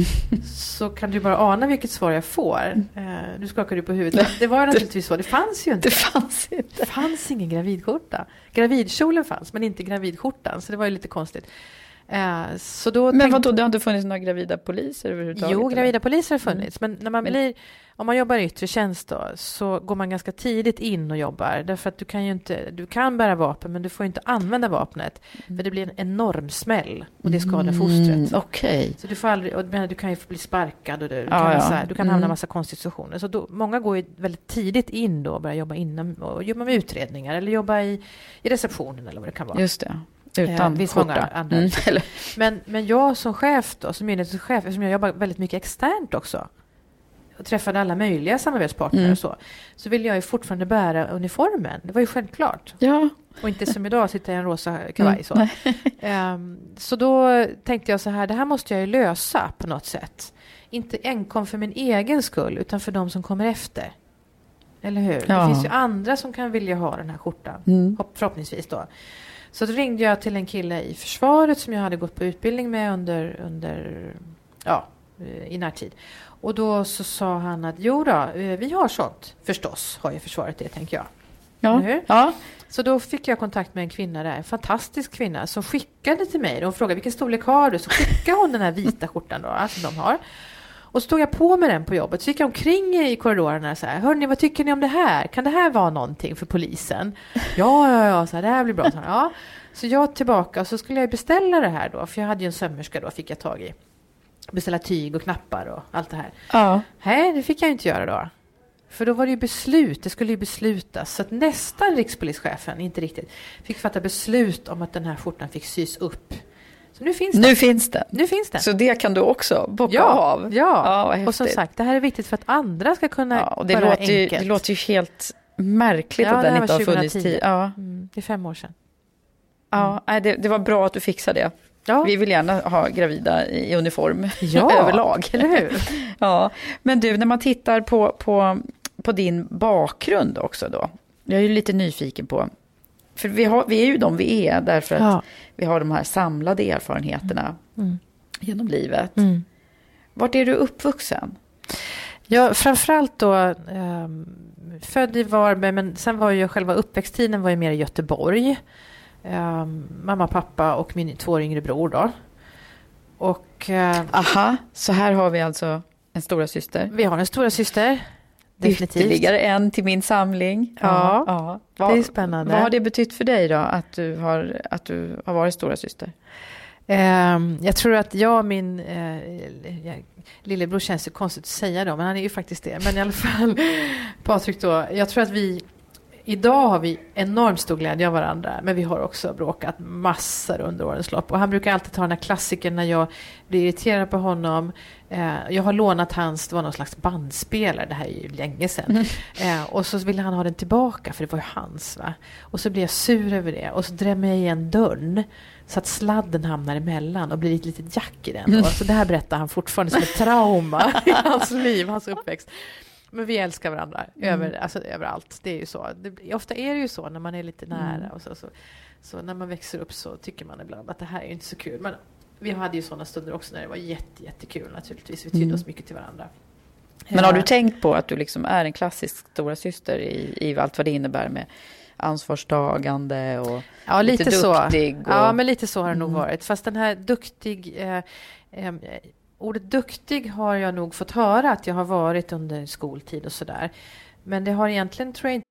Så kan du bara ana vilket svar jag får. Eh, du skakar ju på huvudet. Det var naturligtvis så. Det fanns ju inte. Det fanns inte. Det fanns ingen gravidskjorta. Gravidkjolen fanns, men inte gravidskjortan. Så det var ju lite konstigt. Eh, så då Men tänkte... vadå, det har inte funnits några gravida poliser överhuvudtaget? Jo, eller? gravida poliser har funnits. Men när man Men- blir, om man jobbar i yttre tjänst då, så går man ganska tidigt in och jobbar. Därför att du kan ju inte, du kan bära vapen, men du får inte använda vapnet. För det blir en enorm smäll och det skadar fostret. Mm, okej. Så du får aldrig, och men du kan ju bli sparkad och du, Ja, kan, ja. så här, du kan hamna i Mm. massa konstiga situationer. Så då, många går ju väldigt tidigt in då och börjar jobba inom, och jobba med utredningar eller jobba i, i receptionen eller vad det kan vara. Just det. Eh, Utan det finns skjorta. många andra. Mm, eller, Men, men jag som chef då, som myndighetschef, eftersom jag jobbar väldigt mycket externt också och träffade alla möjliga samarbetspartner Mm. och så, så vill jag ju fortfarande bära uniformen. Det var ju självklart. ja. Och inte som idag sitta i en rosa kavaj. Mm, Så. nej. Ehm, så då tänkte jag så här, det här måste jag ju lösa på något sätt. Inte enkom för min egen skull, utan för de som kommer efter. Eller hur? Ja. Det finns ju andra som kan vilja ha den här skjortan. Mm. Hopp- Förhoppningsvis då. Så då ringde jag till en kille i försvaret som jag hade gått på utbildning med under, under ja, i närtid. Och då så sa han att jo då, eh, vi har sånt. Förstås har ju försvaret det, tänker jag. Ja. Eller hur? Ja. Så då fick jag kontakt med en kvinna där, en fantastisk kvinna som skickade till mig. Hon frågade vilken storlek har du? Så skickade hon den här vita skjortan då, alltså de har. Och så stod jag på med den på jobbet. Så gick jag omkring i korridorerna så här. Hörrni, vad tycker ni om det här? Kan det här vara någonting för polisen? Ja, ja, ja, så här, det här blir bra. Så, här, ja. Så jag tillbaka och så skulle jag beställa det här då. För jag hade ju en sömmerska då, fick jag tag i. Beställa tyg och knappar och allt det här. Ja. Nej, det fick jag inte göra då. För då var det ju beslut, det skulle ju beslutas. Så att nästan rikspolischefen, inte riktigt, fick fatta beslut om att den här skjortan fick sys upp. Så nu finns den. Nu finns den. Nu finns den. Så det kan du också bocka Ja, av. ja. Ja, vad Och som häftigt. sagt, det här är viktigt för att andra ska kunna Ja, och det, vara låter ju, enkelt. det låter ju helt märkligt Ja, att det den här inte var har funnits tjugohundratio. tid. Ja, Mm, det är fem år sedan. ja, nej, det, det var bra att du fixade det. Ja, Vi vill gärna ha gravida i uniform ja överlag. eller hur? Ja, men du, när man tittar på, på, på din bakgrund också då. Jag är ju lite nyfiken på, för vi, har, vi är ju de vi är därför att Ja. vi har de här samlade erfarenheterna Mm. genom livet. Mm. Vart är du uppvuxen? Ja, framförallt då um, född i Varberg, men sen var ju själva uppväxttiden var ju mer i Göteborg. Um, mamma, pappa och min två yngre bror då. Och uh, Aha, så här har vi alltså en stora syster. vi har en stora syster. Definitivt. Ytterligare en till min samling. Ja, ja. det är spännande. Vad har det betytt för dig då, att du har, att du har varit stora syster? Um, jag tror att jag och min uh, jag, lillebror, känns ju konstigt att säga då, men han är ju faktiskt det. Men i alla fall, Patrik då, jag tror att vi idag har vi enormt stor glädje av varandra, men vi har också bråkat massor under årens lopp. Och han brukar alltid ta den här klassiken när jag blir irriterad på honom. Eh, jag har lånat hans, det var någon slags bandspelare, det här är ju länge sedan. Mm. Eh, och så ville han ha den tillbaka, för det var ju hans, va? Och så blir jag sur över det. Och så drämmer jag igen dörren så att sladden hamnar emellan och blir ett litet jack i den. Mm. Så det här berättar han fortfarande som ett trauma i hans liv, hans uppväxt. Men vi älskar varandra mm. över, alltså, överallt. Det är ju så. Det, ofta är det ju så när man är lite nära. Mm. Och så, så, så när man växer upp så tycker man ibland att det här är inte så kul. Men vi hade ju sådana stunder också när det var jätte, jättekul naturligtvis. Vi tydde mm. oss mycket till varandra. Men har du tänkt på att du liksom är en klassisk stora syster i, i allt vad det innebär med ansvarstagande och ja, lite, lite duktig? Så. Och... Ja, men lite så har det mm. nog varit. Fast den här duktig... Eh, eh, ordet duktig har jag nog fått höra att jag har varit under skoltid och sådär. Men det har egentligen, tror jag inte...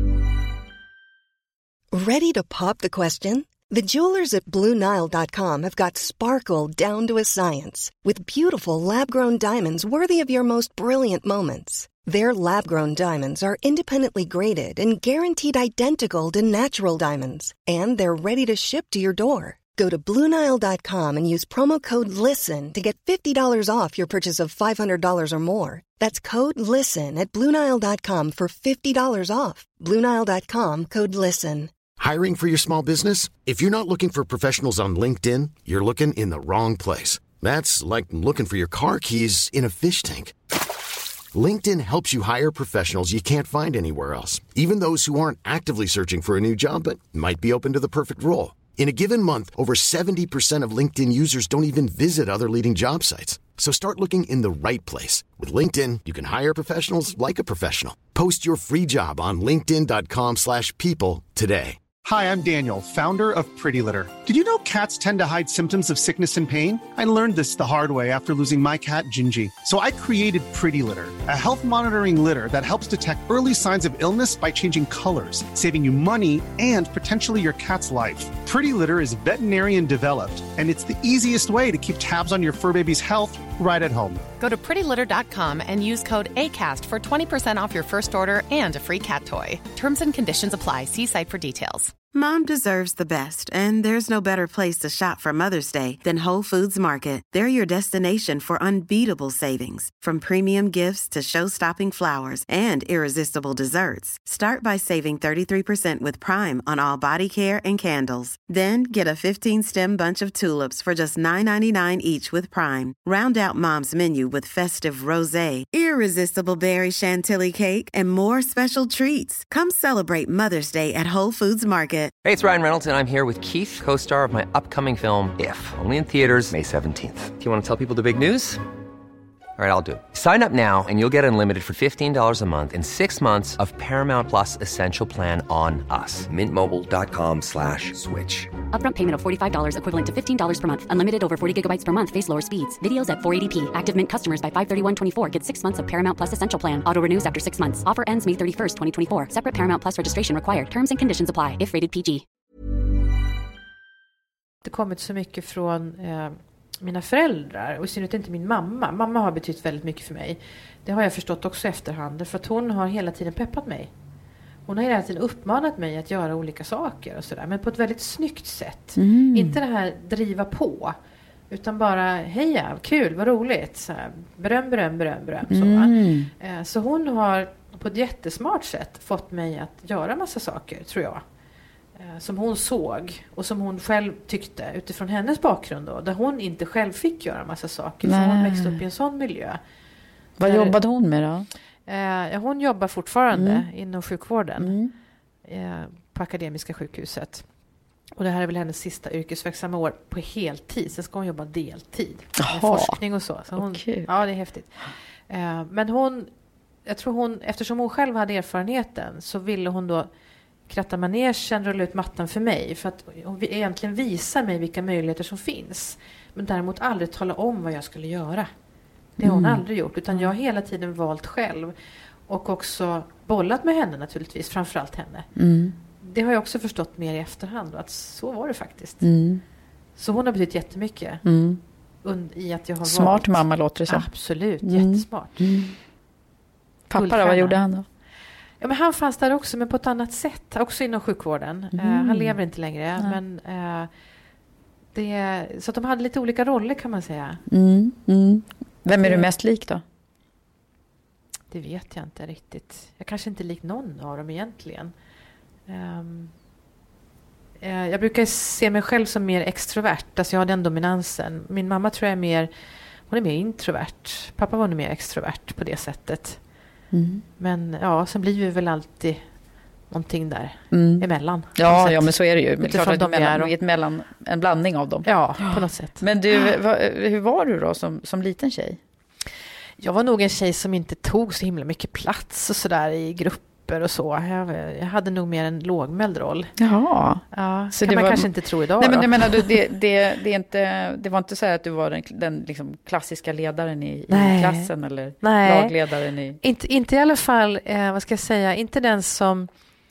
Ready to pop the question? The jewelers at Blue Nile dot com have got sparkle down to a science with beautiful lab-grown diamonds worthy of your most brilliant moments. Their lab-grown diamonds are independently graded and guaranteed identical to natural diamonds. And they're ready to ship to your door. Go to Blue Nile dot com and use promo code LISTEN to get fifty dollars off your purchase of five hundred dollars or more. That's code LISTEN at Blue Nile dot com for fifty dollars off. Blue Nile dot com, code LISTEN. Hiring for your small business? If you're not looking for professionals on LinkedIn, you're looking in the wrong place. That's like looking for your car keys in a fish tank. LinkedIn helps you hire professionals you can't find anywhere else, even those who aren't actively searching for a new job but might be open to the perfect role. In a given month, over seventy percent of LinkedIn users don't even visit other leading job sites. So start looking in the right place. With LinkedIn, you can hire professionals like a professional. Post your free job on linkedin dot com slash people today. Hi, I'm Daniel, founder of Pretty Litter. Did you know cats tend to hide symptoms of sickness and pain? I learned this the hard way after losing my cat, Gingy. So I created Pretty Litter, a health monitoring litter that helps detect early signs of illness by changing colors, saving you money and potentially your cat's life. Pretty Litter is veterinarian developed, and it's the easiest way to keep tabs on your fur baby's health right at home. Go to pretty litter dot com and use code ACAST for twenty percent off your first order and a free cat toy. Terms and conditions apply. See site for details. Mom deserves the best, and there's no better place to shop for Mother's Day than Whole Foods Market. They're your destination for unbeatable savings, from premium gifts to show-stopping flowers and irresistible desserts. Start by saving thirty-three percent with Prime on all body care and candles. Then get a fifteen-stem bunch of tulips for just nine ninety-nine each with Prime. Round out Mom's menu with festive rosé, irresistible berry chantilly cake, and more special treats. Come celebrate Mother's Day at Whole Foods Market. Hey, it's Ryan Reynolds, and I'm here with Keith, co-star of my upcoming film, If, only in theaters May seventeenth. Do you want to tell people the big news? All right, I'll do it. Sign up now and you'll get unlimited for fifteen dollars a month and six months of Paramount Plus Essential Plan on us. Mint Mobile dot com slash switch. Upfront payment of forty-five dollars equivalent to fifteen dollars per month. Unlimited over forty gigabytes per month. Face lower speeds. Videos at four eighty p. Active Mint customers by five thirty-one twenty-four get six months of Paramount Plus Essential Plan. Auto renews after six months. Offer ends May thirty-first, twenty twenty-four. Separate Paramount Plus registration required. Terms and conditions apply if rated P G. Det kommit så mycket från eh, mina föräldrar, och i synnerhet inte min mamma. Mamma har betytt väldigt mycket för mig. Det har jag förstått också efterhand, för att hon har hela tiden peppat mig. Hon har hela tiden uppmanat mig att göra olika saker och sådär, men på ett väldigt snyggt sätt. Mm. Inte det här driva på, utan bara heja, kul, vad roligt. Så här, beröm, beröm, beröm, beröm. Mm. Så, eh, så hon har på ett jättesmart sätt fått mig att göra massa saker, tror jag. Som hon såg och som hon själv tyckte utifrån hennes bakgrund då, där hon inte själv fick göra massa saker. Nej. För hon växte upp i en sån miljö. Vad där, jobbade hon med då? Eh, hon jobbar fortfarande mm. inom sjukvården mm. eh, på Akademiska sjukhuset. Och det här är väl hennes sista yrkesverksamma år på heltid. Sen ska hon jobba deltid med forskning och så. så hon, okay. Ja, det är häftigt. Eh, men hon, jag tror hon, eftersom hon själv hade erfarenheten, så ville hon då kratta manegen, rulla ut mattan för mig. För att hon egentligen visar mig vilka möjligheter som finns. Men däremot aldrig tala om vad jag skulle göra. Det har hon mm. aldrig gjort. Utan jag har hela tiden valt själv. Och också bollat med henne naturligtvis. Framförallt henne. Mm. Det har jag också förstått mer i efterhand. Att så var det faktiskt. Mm. Så hon har betytt jättemycket. Mm. Und- i att jag har Smart valt. mamma låter det som. Absolut, mm. jättesmart. Mm. Pappa då, vad gjorde han då? Ja, men han fanns där också, men på ett annat sätt. Också inom sjukvården. Mm. Uh, han lever inte längre. Ja. Men, uh, det, så att de hade lite olika roller, kan man säga. Mm. Mm. Vem är du mest lik då? Det vet jag inte riktigt. Jag kanske inte är lik någon av dem egentligen. Um, uh, jag brukar se mig själv som mer extrovert. Alltså jag har den dominansen. Min mamma tror jag är mer, hon är mer introvert. Pappa var nog mer extrovert på det sättet. Mm. Men ja, sen blir vi väl alltid någonting där mm. emellan. Ja, ja, men så är det ju. Men Utifrån klart att de mellan, är och- ett mellan, en blandning av dem. Ja, på något sätt. Men du, va, hur var du då som, som liten tjej? Jag var nog en tjej som inte tog så himla mycket plats och sådär i grupper och så. Jag, jag hade nog mer en lågmäld roll. Jaha. Ja, Så kan det man var- kanske inte tro idag. Nej, men då. jag menar, du, det, det, det, är inte, det var inte så här att du var den, den liksom klassiska ledaren i, i Nej. klassen eller Nej. lagledaren i... Inte, inte i alla fall, eh, vad ska jag säga, inte den som,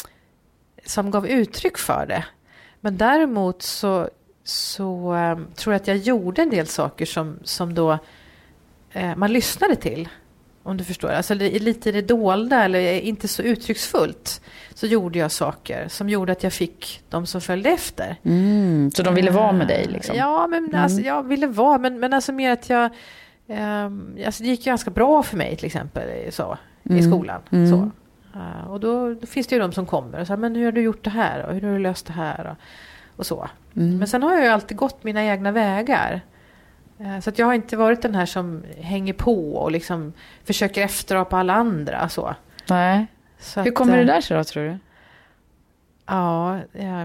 som gav uttryck för det. Men däremot så, så eh, tror jag att jag gjorde en del saker som, som då eh, man lyssnade till. Om du förstår. Alltså det, lite i det dolda eller inte så uttrycksfullt så gjorde jag saker som gjorde att jag fick de som följde efter. Mm, så de ville vara med dig liksom? Ja, men Mm. alltså, jag ville vara, men, men alltså mer att jag... Um, alltså det gick ju ganska bra för mig till exempel så, i Mm. skolan. Mm. Så. Uh, och då, då finns det ju de som kommer och säger, men hur har du gjort det här? Och hur har du löst det här? Och, och så. Mm. Men sen har jag ju alltid gått mina egna vägar. Uh, så att jag har inte varit den här som hänger på och liksom försöker efterapa alla andra. Så. Nej. Så Hur att, kommer uh, det där sig då, tror du? Ja, eh,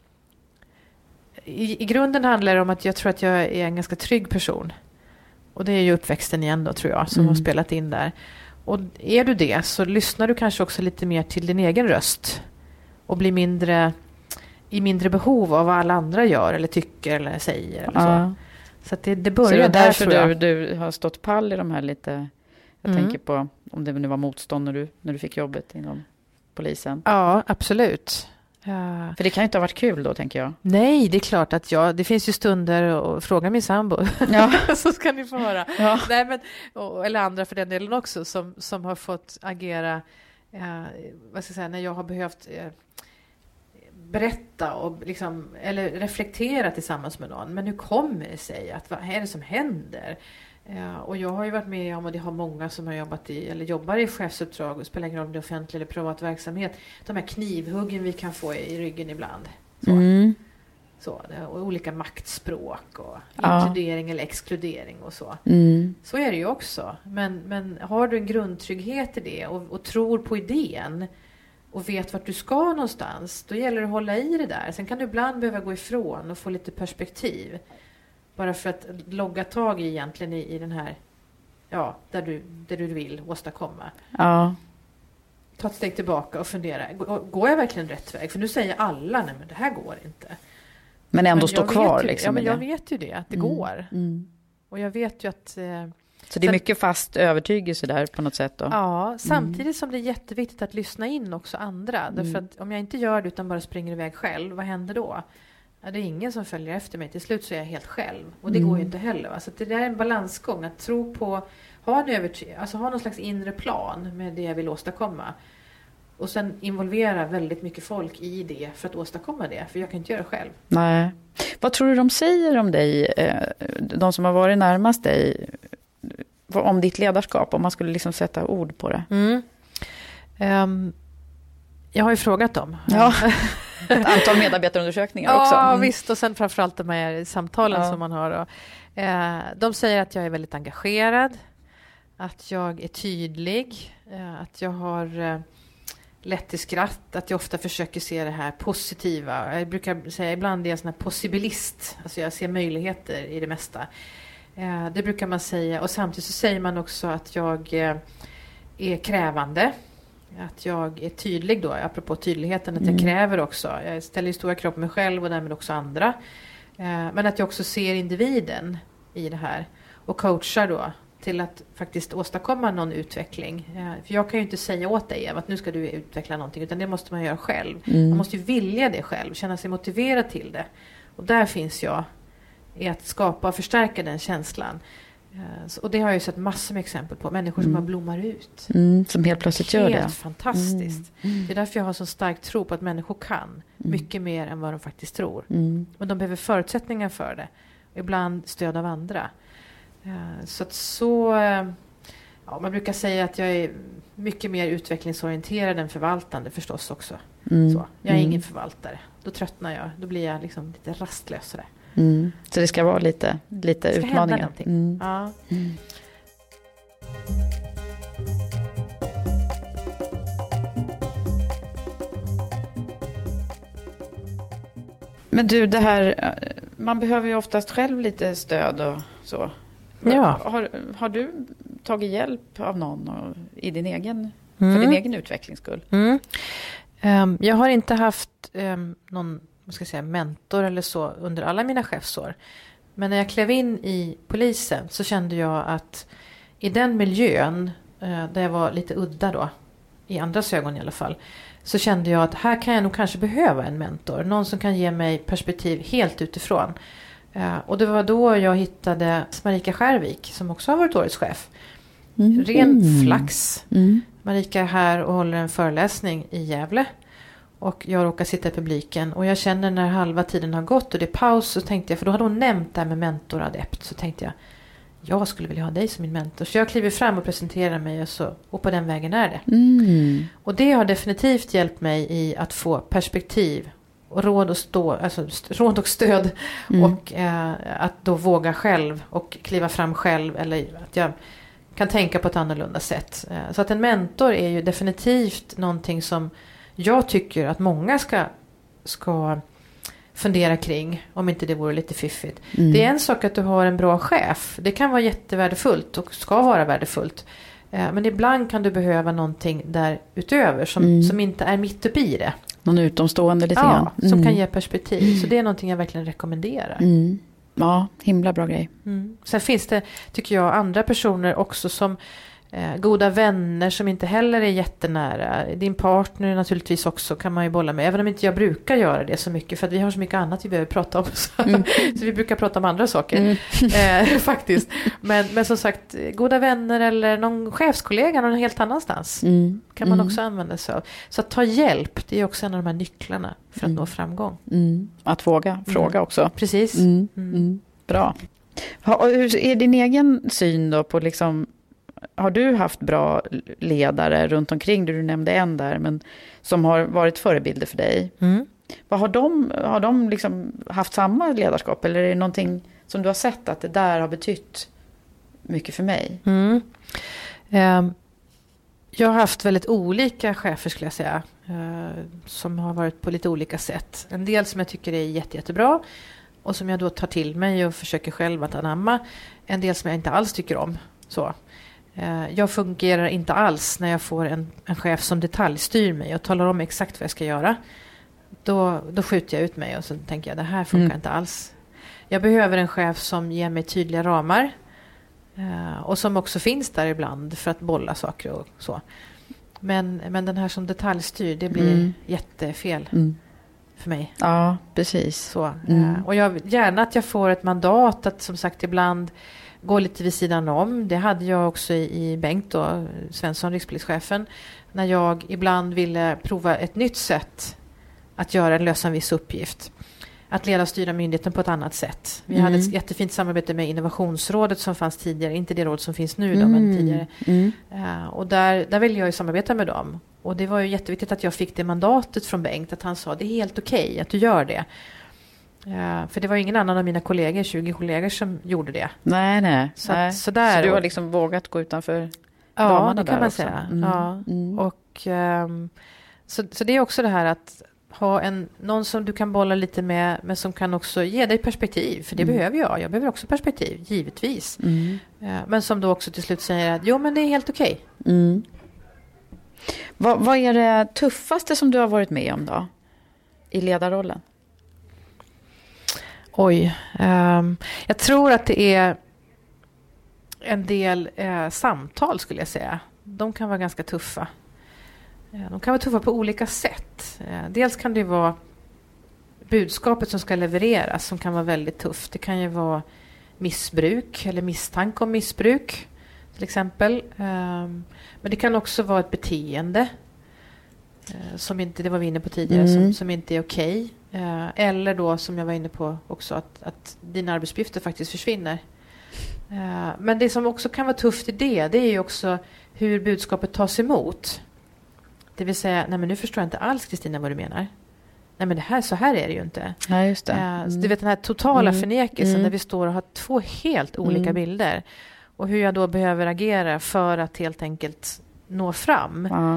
i, i grunden handlar det om att jag tror att jag är en ganska trygg person. Och det är ju uppväxten igen då, tror jag, som Mm. har spelat in där. Och är du det så lyssnar du kanske också lite mer till din egen röst. Och blir mindre i mindre behov av vad alla andra gör eller tycker eller säger. Eller Ja. så så att det, det Så börjar det är där, därför tror jag. du, du har stått pall i de här lite... Jag Mm. tänker på om det nu var motstånd när du, när du fick jobbet inom polisen. Ja, absolut. Ja. För det kan ju inte ha varit kul då, tänker jag. Nej, det är klart att jag... Det finns ju stunder och fråga min sambo. Ja. Så ska ni få höra. Ja. Nej, men, och, eller andra för den delen också som, som har fått agera eh, vad ska jag säga, när jag har behövt eh, berätta och liksom, eller reflektera tillsammans med någon. Men hur kommer det sig? Att, vad är det som händer? Eh, och jag har ju varit med om, och det har många som har jobbat i eller jobbar i chefsuppdrag och spelar ingen roll om det är offentlig eller privat verksamhet. De här knivhuggen vi kan få i, i ryggen ibland. Så. Mm. Så, och olika maktspråk och Ja. inkludering eller exkludering och så. Mm. Så är det ju också. Men, men har du en grundtrygghet i det och, och tror på idén och vet vart du ska någonstans, då gäller det att hålla i det där. Sen kan du ibland behöva gå ifrån och få lite perspektiv. Bara för att logga tag i egentligen i, i den här, ja, där du, där du vill åstadkomma. Ja. Ta ett steg tillbaka och fundera. Går, går jag verkligen rätt väg? För nu säger alla, nej men det här går inte. Men ändå Men stå jag kvar vet ju, liksom. ja, men i jag det. vet ju det, att det Mm. går. Mm. Och jag vet ju att... Eh, Så det är Sen- mycket fast övertygelse där på något sätt då? ja, samtidigt som det är jätteviktigt att lyssna in också andra. Därför Mm. att om jag inte gör det utan bara springer iväg själv, vad händer då? Ja, det är ingen som följer efter mig. Till slut så är jag helt själv. Och det Mm. går ju inte heller. Va? Så att det där är en balansgång. Att tro på, ha en överty- alltså ha någon slags inre plan med det jag vill åstadkomma. Och sen involvera väldigt mycket folk i det för att åstadkomma det. För jag kan inte göra det själv. Nej. Vad tror du de säger om dig, eh, de som har varit närmast dig, vad- om ditt ledarskap, om man skulle liksom sätta ord på det? Mm. Ehm, jag har ju frågat dem. Ja. Ett antal medarbetarundersökningar också. Ja, Mm. visst. Och sen framförallt de här samtalen Ja. som man har. Och, eh, de säger att jag är väldigt engagerad. Att jag är tydlig. Eh, att jag har eh, lätt till skratt. Att jag ofta försöker se det här positiva. Jag brukar säga ibland är jag sån här possibilist. Alltså jag ser möjligheter i det mesta. Eh, det brukar man säga. Och samtidigt så säger man också att jag eh, är krävande. Att jag är tydlig då, apropå tydligheten, att jag Mm. kräver också. Jag ställer ju stora krav på mig själv och därmed också andra. Eh, men att jag också ser individen i det här. Och coachar då till att faktiskt åstadkomma någon utveckling. Eh, för jag kan ju inte säga åt dig Eva, att nu ska du utveckla någonting, utan det måste man göra själv. Mm. Man måste ju vilja det själv, känna sig motiverad till det. Och där finns jag i att skapa och förstärka den känslan. Eh, så- och det har jag ju sett massor med exempel på. Människor som Mm. bara blommar ut. Mm, som helt plötsligt gör Helt det. fantastiskt. Mm. Det är därför jag har så stark tro på att människor kan mycket mer än vad de faktiskt tror. Mm. Men de behöver förutsättningar för det. Och ibland stöd av andra. Eh, Så att så... eh, Ja, man brukar säga att jag är mycket mer utvecklingsorienterad än förvaltande förstås också. Mm. Så, jag är Mm. ingen förvaltare. Då tröttnar jag. Då blir jag liksom lite rastlös. Sådär. Mm. Så det ska vara lite, lite Det ska hända utmaningar. någonting. Mm. Ja. Mm. Men du, det här, man behöver ju oftast själv lite stöd och så. Ja. Har, har du tagit hjälp av någon och, i din egen, mm. för din egen utvecklings skull? Mm. Um, jag har inte haft um, någon vad ska jag säga, mentor eller så under alla mina chefsår. Men när jag klev in i polisen så kände jag att i den miljön, uh, där jag var lite udda då, i andras ögon i alla fall, så kände jag att här kan jag nog kanske behöva en mentor. Någon som kan ge mig perspektiv helt utifrån. Uh, och det var då jag hittade Marika Skärvik som också har varit årets chef. Mm. Ren mm. flax. Mm. Marika är här och håller en föreläsning i Gävle. Och jag råkar sitta i publiken. Och jag känner när halva tiden har gått och det är paus, så tänkte jag, för då hade hon nämnt det här med mentor och adept. Så tänkte jag, jag skulle vilja ha dig som min mentor. Så jag kliver fram och presenterar mig och, så, och på den vägen är det. Mm. Och det har definitivt hjälpt mig i att få perspektiv och råd och, stå, alltså råd och stöd. Mm. Och eh, att då våga själv och kliva fram själv. Eller att jag kan tänka på ett annorlunda sätt. Eh, så att en mentor är ju definitivt någonting som jag tycker att många ska, ska fundera kring, om inte det vore lite fiffigt. Mm. Det är en sak att du har en bra chef. Det kan vara jättevärdefullt och ska vara värdefullt. Eh, men ibland kan du behöva någonting där utöver som, mm. som inte är mitt uppe i det. Någon utomstående lite ja, grann. Mm. som kan ge perspektiv. Mm. Så det är någonting jag verkligen rekommenderar. Mm. Ja, himla bra grej. Mm. Sen finns det, tycker jag, andra personer också som Eh, goda vänner som inte heller är jättenära. Din partner naturligtvis också kan man ju bolla med. Även om inte jag brukar göra det så mycket. För att vi har så mycket annat vi behöver prata om. Så, mm. så vi brukar prata om andra saker. Mm. Eh, faktiskt. Men, men som sagt, goda vänner eller någon chefskollega någon helt annanstans. Mm. Kan man mm. också använda sig av. Så att ta hjälp, det är också en av de här nycklarna för att mm. nå framgång. Mm. Att våga fråga mm. också. Precis. Mm. Mm. Bra. Hur är din egen syn då på liksom... Har du haft bra ledare runt omkring, du nämnde en där, men som har varit förebilder för dig? Mm. Vad har de, har de liksom haft samma ledarskap, eller är det någonting som du har sett att det där har betytt mycket för mig? Mm. Um, jag har haft väldigt olika chefer skulle jag säga, uh, som har varit på lite olika sätt. En del som jag tycker är jätte, jättebra och som jag då tar till mig och försöker själv att anamma. En del som jag inte alls tycker om. Så. Jag fungerar inte alls när jag får en, en chef som detaljstyr mig och talar om exakt vad jag ska göra. Då, då skjuter jag ut mig och så tänker jag, det här funkar mm. inte alls. Jag behöver en chef som ger mig tydliga ramar. Eh, och som också finns där ibland för att bolla saker och så. Men, men den här som detaljstyr, det blir mm. jättefel mm. för mig. Ja, precis. Så, mm. eh, och jag gärna att jag får ett mandat att som sagt ibland gå lite vid sidan om. Det hade jag också i, i Bengt då, Svensson, rikspolischefen. När jag ibland ville prova ett nytt sätt att göra, lösa en viss uppgift. Att leda och styra myndigheten på ett annat sätt. Vi mm. hade ett jättefint samarbete med innovationsrådet som fanns tidigare. Inte det råd som finns nu då, mm. men tidigare. Mm. Uh, och där, där ville jag ju samarbeta med dem. Och det var ju jätteviktigt att jag fick det mandatet från Bengt. Att han sa, det är helt okej okay att du gör det. Uh, för det var ingen annan av mina kollegor, tjugo kollegor som gjorde det. Nej, nej. Så, nej. Att, så, där, så du har liksom vågat gå utanför ja, ramarna det kan där man också. säga. Mm. Ja. Mm. Och, um, så, så det är också det här att ha en, någon som du kan bolla lite med, men som kan också ge dig perspektiv. För det mm. behöver jag. Jag behöver också perspektiv, givetvis. Mm. Uh, men som då också till slut säger att jo, men det är helt okej. Okay. Mm. Vad, vad är det tuffaste som du har varit med om då? I ledarrollen? Oj. Um, jag tror att det är en del uh, samtal skulle jag säga. De kan vara ganska tuffa. Uh, de kan vara tuffa på olika sätt. Uh, dels kan det vara budskapet som ska levereras som kan vara väldigt tufft. Det kan ju vara missbruk eller misstanke om missbruk till exempel. Um, men det kan också vara ett beteende uh, som inte, det var vi inne på tidigare, mm. som, som inte är okej. Okay. Uh, eller då som jag var inne på också att, att dina arbetsuppgifter faktiskt försvinner. Uh, men det som också kan vara tufft i det, det är ju också hur budskapet tas emot. Det vill säga, nej men nu förstår jag inte alls Kristina vad du menar. Nej men det här, så här är det ju inte. Ja, just det. Uh, mm. Du vet den här totala mm. förnekelsen mm. där vi står och har två helt olika mm. bilder. Och hur jag då behöver agera för att helt enkelt nå fram. Ja.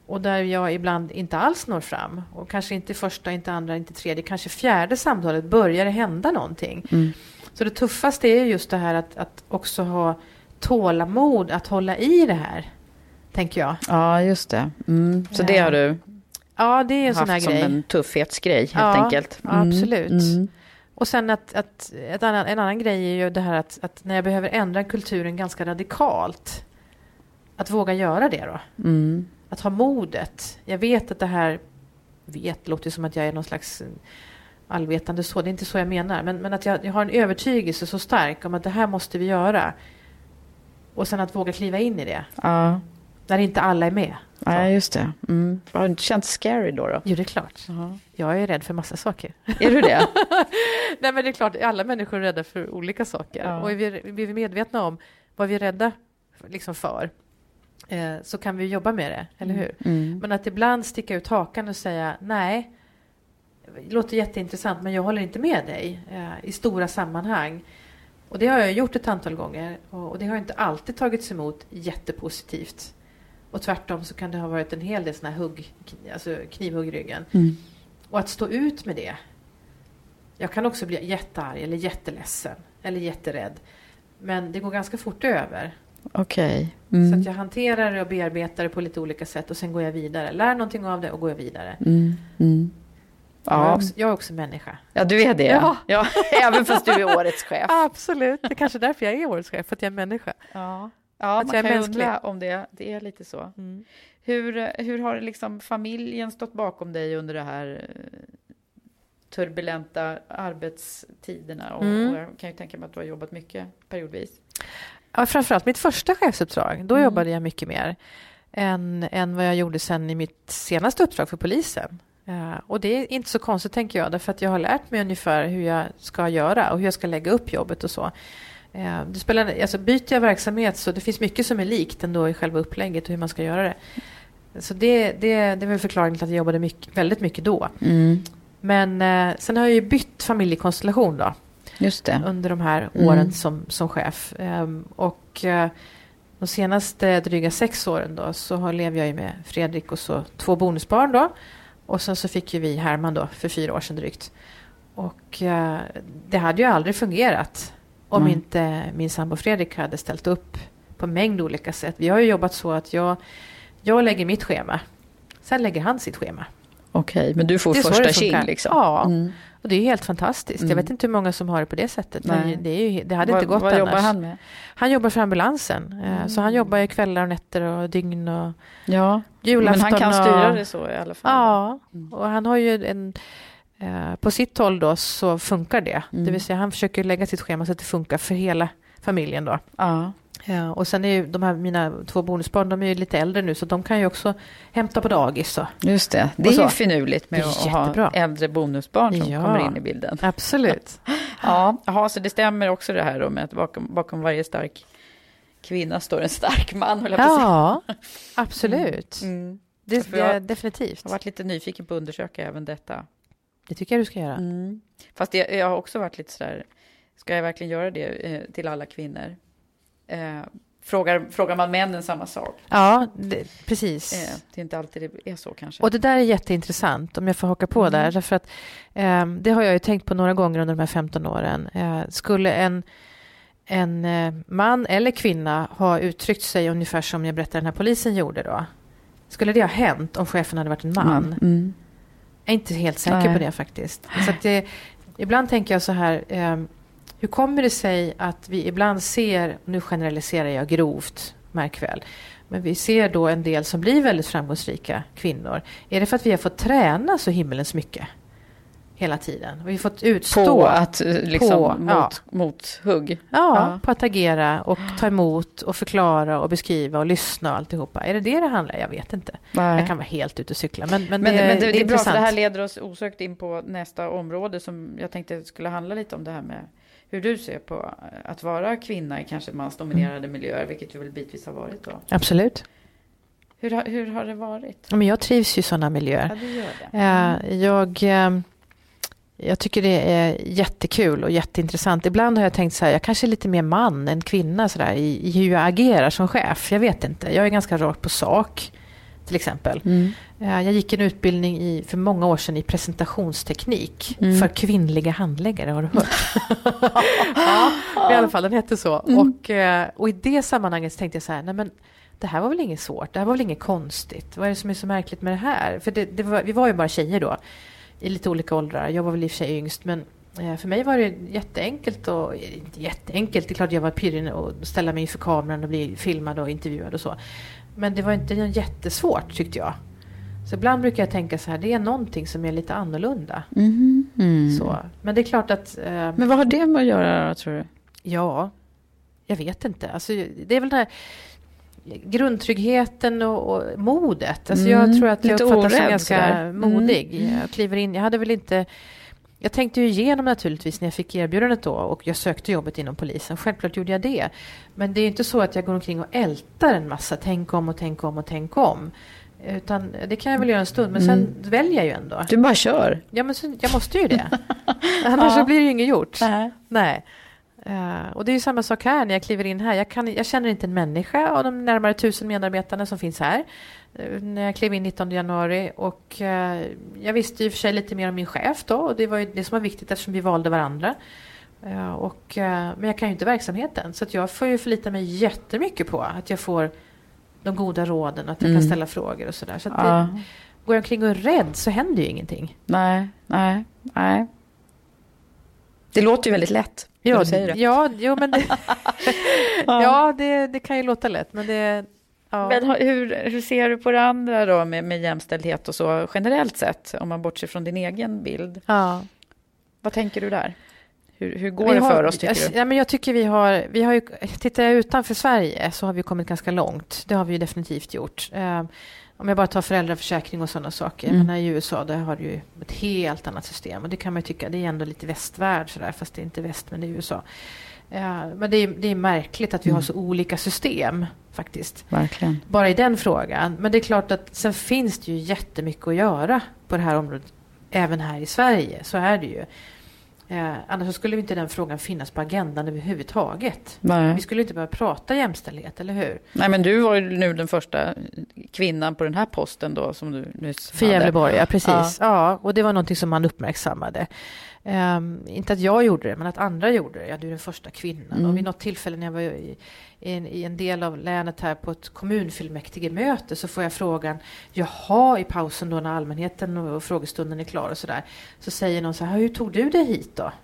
och där jag ibland inte alls når fram. Och kanske inte första, inte andra, inte tredje, kanske fjärde samtalet börjar det hända någonting. Mm. Så det tuffaste är just det här att, att också ha tålamod att hålla i det här, tänker jag. Ja, just det. Mm. Så det har du ja, det är en sån här haft grej. som en tuffhetsgrej, helt ja, enkelt. Mm. Absolut. Mm. Och sen att, att ett annan, en annan grej är ju det här att, att när jag behöver ändra kulturen ganska radikalt, att våga göra det då. Mm. Att ha modet. Jag vet att det här, vet, låter som att jag är någon slags allvetande så, det är inte så jag menar. Men, men att jag, jag har en övertygelse så stark om att det här måste vi göra. Och sen att våga kliva in i det. Ja. När inte alla är med. Ja, just det. Mm. Har du inte känt scary då? då? Jo, det är klart. Uh-huh. Jag är rädd för massa saker. Är du det? Nej, men det är klart, alla människor är rädda för olika saker. Ja. Och är vi, vi är medvetna om vad vi är rädda liksom för, eh, så kan vi jobba med det, eller hur? Mm. Men att ibland sticka ut hakan och säga, nej, det låter jätteintressant, men jag håller inte med dig eh, i stora sammanhang. Och det har jag gjort ett antal gånger. Och, och det har inte alltid tagits emot jättepositivt. Och tvärtom så kan det ha varit en hel del såna här hugg, alltså knivhugg i ryggen. Mm. Och att stå ut med det. Jag kan också bli jättearg eller jätteledsen eller jätterädd. Men det går ganska fort över. Okej. Okay. Mm. Så att jag hanterar det och bearbetar det på lite olika sätt. Och sen går jag vidare. Lär någonting av det och går jag vidare. Mm. Mm. Ja. Jag, är också, jag är också människa. Ja, du är det. Ja. Ja, även fast du är årets chef. Absolut. Det är kanske därför jag är årets chef. För att jag är människa. Ja, ja att man jag kan är ju undra om det, det är lite så. Mm. Hur, hur har liksom familjen stått bakom dig under det här turbulenta arbetstiderna? Och, mm. och jag kan ju tänka mig att du har jobbat mycket periodvis. Ja, framförallt mitt första chefsuppdrag. Då mm. jobbade jag mycket mer än, än vad jag gjorde sen i mitt senaste uppdrag för polisen. Uh, och det är inte så konstigt, tänker jag, därför att jag har lärt mig ungefär hur jag ska göra och hur jag ska lägga upp jobbet och så. Uh, det spelar, alltså byter jag verksamhet så det finns mycket som är likt ändå i själva upplägget och hur man ska göra det. Så det, det, det är väl förklaringen till att jag jobbade mycket, väldigt mycket då. Mm. Men uh, sen har jag ju bytt familjekonstellation då. Just det. Under de här åren mm. som, som chef. Um, och uh, de senaste dryga sex åren då så har, lever jag ju med Fredrik och så två bonusbarn då. Och sen så fick ju vi Herman då för fyra år sedan drygt. Och uh, det hade ju aldrig fungerat om mm. inte min sambo Fredrik hade ställt upp på mängd olika sätt. Vi har ju jobbat så att jag, jag lägger mitt schema. Sen lägger han sitt schema. Okej, okay, men du får första king liksom. Ja, mm. och det är helt fantastiskt. Mm. Jag vet inte hur många som har det på det sättet. Men det, är ju, det hade vad, inte gått vad annars. Vad jobbar han med? Han jobbar för ambulansen. Mm. Så han jobbar ju kvällar och nätter och dygn och ja, julafton. Men han kan styra och, det så i alla fall. Ja, mm. och han har ju en... Uh, på sitt håll då så funkar det. Mm. Det vill säga han försöker lägga sitt schema så att det funkar för hela familjen då. Ja. Ja, och sen är ju de här mina två bonusbarn, de är ju lite äldre nu så de kan ju också hämta på dagis. Så. Just det, det är så. ju finurligt med att ha äldre bonusbarn som ja, kommer in i bilden. Absolut. Ja, aha, så det stämmer också det här då med att bakom, bakom varje stark kvinna står en stark man. Höll jag på ja, absolut. Mm. Mm. Det, det är definitivt. Jag har varit lite nyfiken på att undersöka även detta. Det tycker jag du ska göra. Mm. Fast jag, jag har också varit lite sådär, ska jag verkligen göra det eh, till alla kvinnor? Eh, frågar, frågar man männen samma sak? Ja, det, precis. Eh, det är inte alltid det är så kanske. Och det där är jätteintressant om jag får haka på mm. där. Därför att eh, det har jag ju tänkt på några gånger under de här femton åren. Eh, skulle en, en eh, man eller kvinna ha uttryckt sig ungefär som jag berättade den här polisen gjorde då? Skulle det ha hänt om chefen hade varit en man? Mm. Mm. Jag är inte helt säker Nej. på det faktiskt. Så att det, ibland tänker jag så här, eh, hur kommer det sig att vi ibland ser, nu generaliserar jag grovt, märk väl, men vi ser då en del som blir väldigt framgångsrika kvinnor. Är det för att vi har fått träna så himmelens mycket hela tiden? Vi har fått utstå på att liksom på, mot, ja. mot hugg. Ja, ja, på att agera och ta emot och förklara och beskriva och lyssna och alltihopa. Är det det det handlar? Jag vet inte. Nej. Jag kan vara helt ute och cykla. Men, men, men, det, men det, det, det är bra, för det här intressant. leder oss osökt in på nästa område som jag tänkte skulle handla lite om det här med hur du ser på att vara kvinna i kanske mansdominerade mm. miljöer, vilket ju väl bitvis har varit då. Absolut. Hur, har, hur har det varit? Men jag trivs ju i sådana miljöer. Ja, du gör det. Mm. Jag, jag tycker det är jättekul och jätteintressant. Ibland har jag tänkt så här, jag kanske är lite mer man än kvinna så där, i, i hur jag agerar som chef. Jag vet inte. Jag är ganska rakt på sak. till exempel. Mm. Jag gick en utbildning i, för många år sedan i presentationsteknik mm. för kvinnliga handläggare, har du hört? Ja, i alla fall, den hette så. Mm. Och, och i det sammanhanget tänkte jag så här, nej men det här var väl inget svårt, det här var väl inget konstigt. Vad är det som är så märkligt med det här? För det, det var, vi var ju bara tjejer då, i lite olika åldrar. Jag var väl i och för sig yngst, men för mig var det jätteenkelt och inte jätteenkelt. Det är klart jag var pirrig och ställa mig inför kameran och bli filmad och intervjuad och så. Men det var inte jättesvårt, tyckte jag. Så ibland brukar jag tänka så här, det är någonting som är lite annorlunda. Mm. Mm. Så. Men det är klart att... Eh, Men vad har det med att göra, tror du? Ja, jag vet inte. Alltså, det är väl den här grundtryggheten och, och modet. Alltså, mm. jag tror att jag uppfattas som ganska sådär. modig. Mm. Jag kliver in, jag hade väl inte... Jag tänkte ju igenom naturligtvis när jag fick erbjudandet då, och jag sökte jobbet inom polisen. Självklart gjorde jag det. Men det är inte så att jag går omkring och ältar en massa tänk om och tänk om och tänk om. Utan det kan jag väl göra en stund, men sen mm. väljer jag ju ändå. Du bara kör. Ja, men så, jag måste ju det. Annars så blir det ju inget gjort. Nej. Nej. Uh, och det är ju samma sak här när jag kliver in här. Jag, kan, jag känner inte en människa av de närmare tusen medarbetarna som finns här. Uh, när jag klev in nittonde januari. Och uh, jag visste ju för sig lite mer om min chef då. Och det var ju det som var viktigt eftersom vi valde varandra. Uh, och, uh, men jag kan ju inte verksamheten. Så att jag får ju förlita mig jättemycket på att jag får de goda råden. Att jag mm. kan ställa frågor och sådär. Så att ja. det, går jag omkring och är rädd så händer ju ingenting. Nej, nej, nej. Det låter ju väldigt lätt. Ja, säger det. ja, jo, men det, ja. ja det, det kan ju låta lätt, men det... Ja. Men hur, hur ser du på det andra då med, med jämställdhet och så generellt sett, om man bortser från din egen bild? Ja. Vad tänker du där? Hur, hur går vi det har, för oss, tycker jag, du? Ja, men jag tycker vi har, vi har ju, tittar jag utanför Sverige så har vi kommit ganska långt. Det har vi ju definitivt gjort. Eh, om jag bara tar föräldraförsäkring och sådana saker. Mm. Men i U S A där har du ju ett helt annat system. Och det kan man ju tycka, det är ändå lite västvärld sådär, fast det är inte väst, men det är U S A. Eh, men det är, det är märkligt att vi mm. har så olika system faktiskt. Verkligen. Bara i den frågan. Men det är klart att sen finns det ju jättemycket att göra på det här området. Även här i Sverige, så är det ju. Eh, annars så skulle inte den frågan finnas på agendan överhuvudtaget. Nej. Vi skulle inte behöva prata jämställdhet, eller hur? Nej, men du var ju nu den första kvinnan på den här posten då, som du nyss För hade. Gävleborg, ja, precis. Ja. Ja. och det var någonting som man uppmärksammade. Um, inte att jag gjorde det, men att andra gjorde det. Ja, du är den första kvinnan. Mm. Och vid något tillfälle när jag var i, i, en, i en del av länet här på ett kommunfullmäktigemöte så får jag frågan, jaha, i pausen då när allmänheten och frågestunden är klar och sådär, så säger någon så här, hur tog du dig hit då?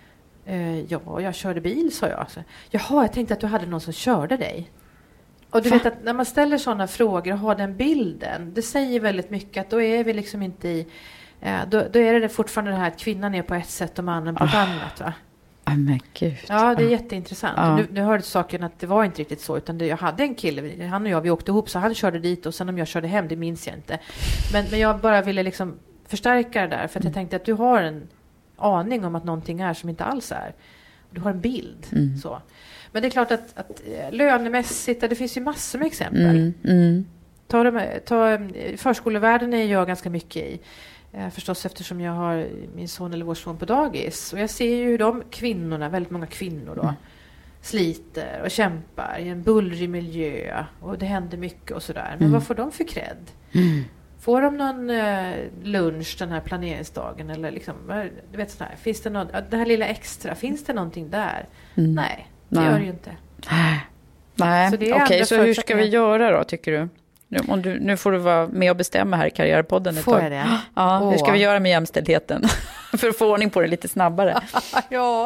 Uh, ja, jag körde bil, sa jag. Så, jaha, jag tänkte att du hade någon som körde dig. Och du Va? vet att när man ställer sådana frågor och har den bilden, det säger väldigt mycket att då är vi liksom inte i... Ja, då, då är det fortfarande det här att kvinnan är på ett sätt och mannen på ett oh. annat, va? Oh, men gud. Ja, det är jätteintressant. Oh. Nu, nu hörde saken att det var inte riktigt så, utan det, jag hade en kille, han och jag, vi åkte ihop, så han körde dit och sen om jag körde hem, det minns jag inte. Men, men jag bara ville liksom förstärka det där, för att jag tänkte att du har en aning om att någonting är som inte alls är. Du har en bild, mm. så. Men det är klart att, att lönemässigt, det finns ju massor med exempel. Mm. Mm. Ta, de, ta förskolevärlden är jag ganska mycket i. Eh, förstås eftersom jag har min son eller vår son på dagis. Och jag ser ju hur de kvinnorna, väldigt många kvinnor då, mm. sliter och kämpar i en bullrig miljö. Och det händer mycket och sådär. Men mm. vad får de för cred? Mm. Får de någon eh, lunch den här planeringsdagen? Eller liksom, du vet sådär, finns det något, det här lilla extra, finns det någonting där? Mm. Nej, det Nej. gör det ju inte. Nej, så okej, okay, så hur ska vi göra då, tycker du? Nu, om du? Nu får du vara med och bestämma här i Karriärpodden ett får tag. Jag det? Ja, Åh. hur ska vi göra med jämställdheten? För att få ordning på det lite snabbare. ja.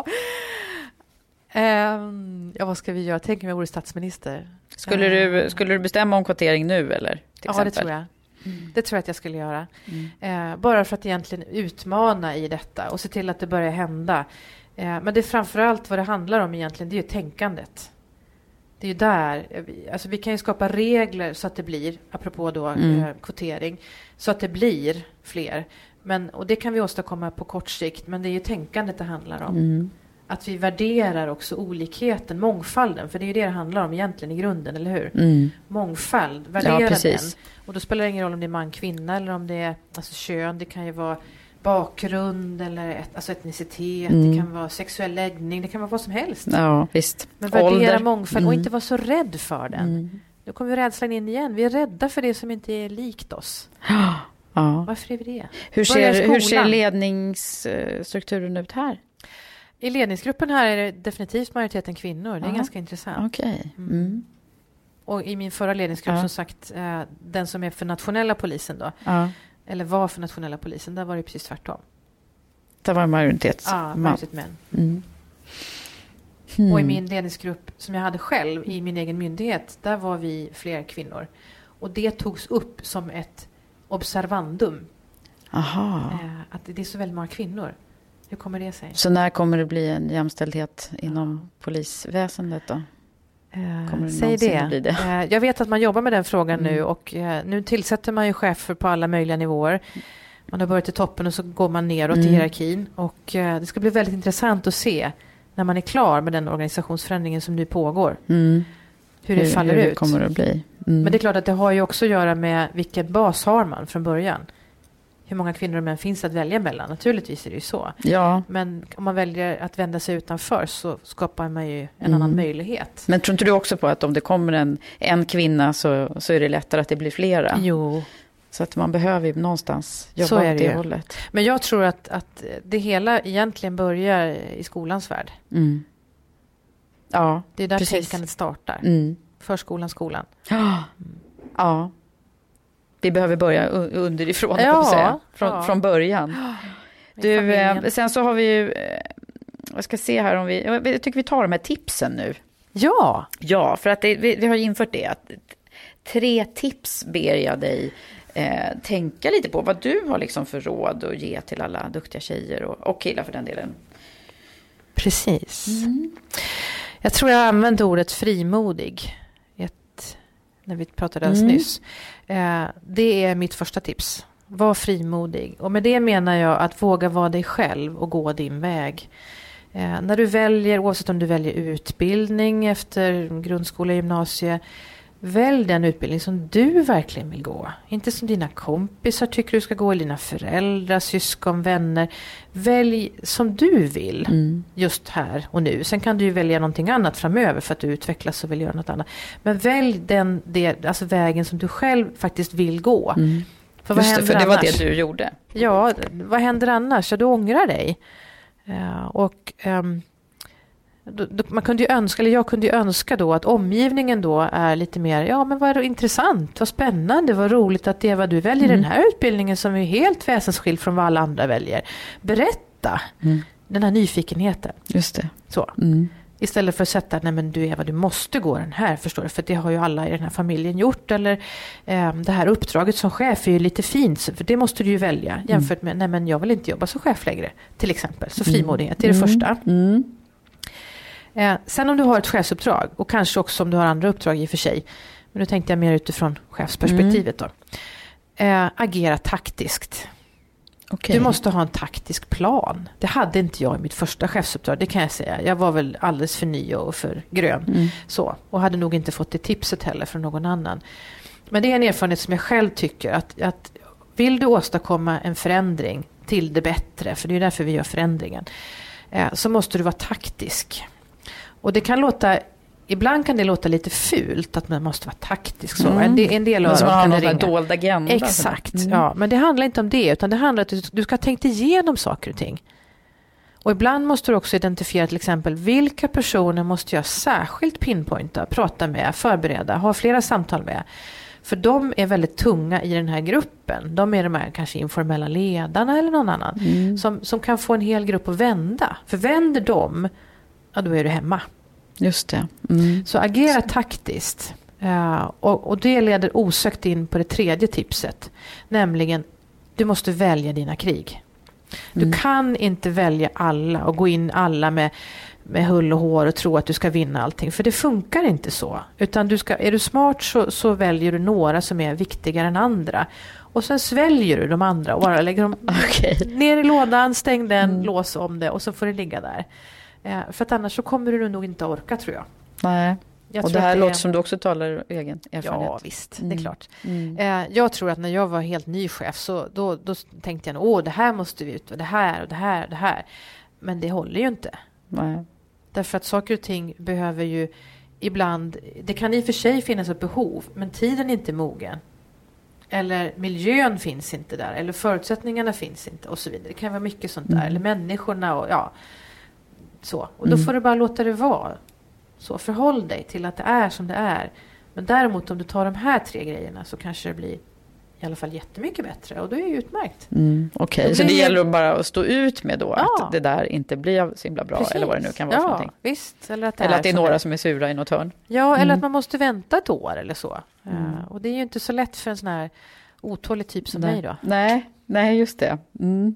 Um, ja, vad ska vi göra? Tänk om jag vore statsminister. Skulle, du, skulle du bestämma om kvotering nu, eller? Till ja, exempel? det tror jag. Mm. Det tror jag att jag skulle göra. Mm. Uh, bara för att egentligen utmana i detta och se till att det börjar hända. Uh, men det är framförallt vad det handlar om egentligen, det är ju tänkandet. Det är ju där, alltså vi kan ju skapa regler så att det blir, apropå då mm. eh, kvotering, så att det blir fler. Men, och det kan vi åstadkomma på kort sikt, men det är ju tänkandet det handlar om. Mm. Att vi värderar också olikheten, mångfalden, för det är ju det det handlar om egentligen i grunden, eller hur? Mm. Mångfald, värdera ja, den. Och då spelar det ingen roll om det är man, kvinna eller om det är alltså kön, det kan ju vara bakgrund eller et, alltså etnicitet, mm. det kan vara sexuell läggning, det kan vara vad som helst. Ja, visst. Men värdera Ålder. mångfald mm. och inte vara så rädd för den. Mm. Nu kommer rädslan in igen. Vi är rädda för det som inte är likt oss. Ja. Varför är vi det? Hur ser, hur ser ledningsstrukturen ut här? I ledningsgruppen här är det definitivt majoriteten kvinnor. Det är ja. ganska intressant. Okej. Okay. Mm. Och i min förra ledningsgrupp, ja. som sagt, eh, den som är för nationella polisen då, ja. eller var för nationella polisen, där var det precis tvärtom. Det var en majoritet. Ja, majoritet män. Mm. Mm. Och i min ledningsgrupp som jag hade själv i min egen myndighet, där var vi fler kvinnor. Och det togs upp som ett observandum. Aha. Eh, att det är så väldigt många kvinnor. Hur kommer det sig? Så när kommer det bli en jämställdhet inom ja. polisväsendet då? Eh, det säg det. det? Eh, jag vet att man jobbar med den frågan mm. nu. Och eh, nu tillsätter man ju chefer på alla möjliga nivåer. Man har börjat i toppen och så går man neråt mm. i hierarkin. Och eh, det ska bli väldigt intressant att se när man är klar med den organisationsförändringen som nu pågår. Mm. Hur det hur, faller hur det ut. kommer att bli. Mm. Men det är klart att det har ju också att göra med vilken bas har man från början. Hur många kvinnor och män finns att välja mellan? Naturligtvis är det ju så. Ja. Men om man väljer att vända sig utanför så skapar man ju en mm. annan möjlighet. Men tror inte du också på att om det kommer en, en kvinna så, så är det lättare att det blir flera? Jo. Så att man behöver ju någonstans jobba så är åt det, det hållet. Men jag tror att, att det hela egentligen börjar i skolans värld. Mm. Ja, det är där precis. tänkandet startar. Mm. Förskolan, skolan. Mm. Ja. Vi behöver börja underifrån, ja, säga. Från, ja. från början. Du, eh, sen så har vi ju, eh, jag ska se här om vi, jag tycker vi tar de här tipsen nu. Ja. Ja, för att det, vi, vi har infört det. Att, tre tips ber jag dig eh, tänka lite på. Vad du har liksom för råd att ge till alla duktiga tjejer och, och killar för den delen. Precis. Mm. Jag tror jag använde ordet frimodig ett, när vi pratade alldeles mm. nyss. Eh, det är mitt första tips. Var frimodig. Och med det menar jag att våga vara dig själv och gå din väg. Eh, när du väljer, oavsett om du väljer utbildning efter grundskola och gymnasie, välj den utbildning som du verkligen vill gå. Inte som dina kompisar tycker du ska gå, eller dina föräldrar, syskon, vänner. Välj som du vill mm. just här och nu. Sen kan du ju välja någonting annat framöver för att du utvecklas och vill göra något annat. Men välj den, det, alltså vägen som du själv faktiskt vill gå. Mm. För vad just händer det, för det annars? var det du gjorde. Ja, vad händer annars? Ja, du ångrar dig. Uh, och... Um, Då, då, man kunde ju önska, eller jag kunde ju önska då att omgivningen då är lite mer, ja men vad intressant, vad spännande, vad roligt att det är vad du väljer mm. den här utbildningen som är helt väsensskild från vad alla andra väljer. Berätta mm. den här nyfikenheten. Just det. Så. Mm. Istället för att sätta, nej men du Eva, du måste gå den här, förstår du, för det har ju alla i den här familjen gjort, eller eh, det här uppdraget som chef är ju lite fint, för det måste du ju välja, mm. jämfört med, nej men jag vill inte jobba som chef längre, till exempel. Så frimodighet, det är det mm. första. Mm. Eh, sen om du har ett chefsuppdrag, och kanske också om du har andra uppdrag i och för sig, men nu tänkte jag mer utifrån chefsperspektivet då. Eh, agera taktiskt. Okay. Du måste ha en taktisk plan. Det hade inte jag i mitt första chefsuppdrag, det kan jag säga. Jag var väl alldeles för ny och för grön. Mm. Så, och hade nog inte fått det tipset heller från någon annan. Men det är en erfarenhet som jag själv tycker att, att vill du åstadkomma en förändring till det bättre, för det är därför vi gör förändringen, eh, så måste du vara taktisk. Och det kan låta, ibland kan det låta lite fult att man måste vara taktisk. Så. Mm. En, del, en del av dem kan det ringa. Dold agenda. Exakt, mm. ja. Men det handlar inte om det, utan det handlar om att du ska tänka igenom saker och ting. Och ibland måste du också identifiera till exempel vilka personer måste jag särskilt pinpointa, prata med, förbereda, ha flera samtal med. För de är väldigt tunga i den här gruppen. De är de här kanske informella ledarna eller någon annan. Mm. Som, som kan få en hel grupp att vända. För vänder de, ja, då är du hemma. Just det. Mm. Så agera taktiskt. Uh, och, och det leder osökt in på det tredje tipset. Nämligen, du måste välja dina krig. Du mm. kan inte välja alla och gå in alla med, med hull och hår och tro att du ska vinna allting. För det funkar inte så. Utan du ska, är du smart så, så väljer du några som är viktigare än andra. Och sen sväljer du de andra och bara lägger dem okay. ner i lådan, stäng den, mm. lås om det och så får det ligga där. Eh, för att annars så kommer du nog inte orka, tror jag. Nej. Jag och det här det låter är... som du också talar egen erfarenhet. Ja, visst. Mm. Det är klart. Mm. Eh, jag tror att när jag var helt ny chef så då, då tänkte jag, åh, det här måste vi ut och det här och det här och det här. Men det håller ju inte. Nej. Därför att saker och ting behöver ju ibland, det kan i och för sig finnas ett behov, men tiden är inte mogen. Eller miljön finns inte där, eller förutsättningarna finns inte och så vidare. Det kan vara mycket sånt där, mm. eller människorna och ja, så. Och då mm. får du bara låta det vara. Så förhåll dig till att det är som det är. Men däremot om du tar de här tre grejerna så kanske det blir i alla fall jättemycket bättre. Och då är det utmärkt. Mm, Okej, okay. Så det gäller bara att stå ut med då ja. Att det där inte blir så himla bra. Precis. Eller vad det nu kan vara ja, för någonting. Visst. Eller att det, eller är, att det är några det. Som är sura i något hörn. Ja, eller mm. att man måste vänta ett år eller så. Mm. Uh, och det är ju inte så lätt för en sån här otålig typ som nej. mig då. Nej, nej just det. Mm.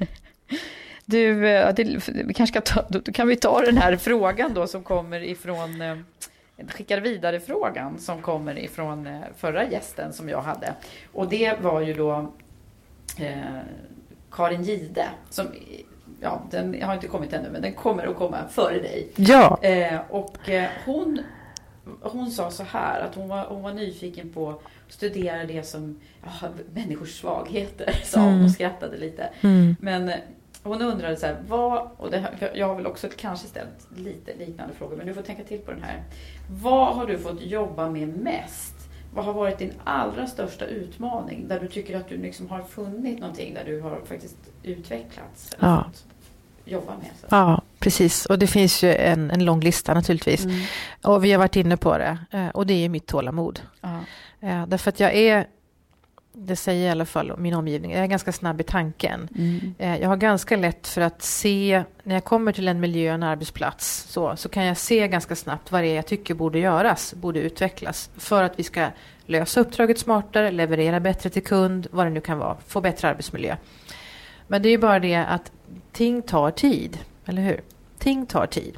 Du, det, vi kanske ska ta, då kan vi ta den här frågan då som kommer ifrån... skickar vidare frågan som kommer ifrån förra gästen som jag hade. Och det var ju då eh, Karin Gide som, ja, den har inte kommit ännu men den kommer att komma före dig. Ja. Eh, och eh, hon, hon sa så här att hon var, hon var nyfiken på att studera det som ja, människors svagheter, sa hon mm. och skrattade lite. Mm. Men hon undrade så här, vad, och det, jag har väl också kanske ställt lite liknande frågor, men du får tänka till på den här. Vad har du fått jobba med mest? Vad har varit din allra största utmaning? Där du tycker att du liksom har funnit någonting där du har faktiskt utvecklats? Eller ja. Jobba med. Så. Ja, precis. Och det finns ju en, en lång lista naturligtvis. Mm. Och vi har varit inne på det. Och det är mitt tålamod. Ja. Därför att jag är... Det säger i alla fall min omgivning. Jag är ganska snabb i tanken. Mm. Jag har ganska lätt för att se, när jag kommer till en miljö, en arbetsplats, så, så kan jag se ganska snabbt vad det är jag tycker borde göras, borde utvecklas. För att vi ska lösa uppdraget smartare, leverera bättre till kund, vad det nu kan vara, få bättre arbetsmiljö. Men det är ju bara det att ting tar tid, eller hur? Ting tar tid.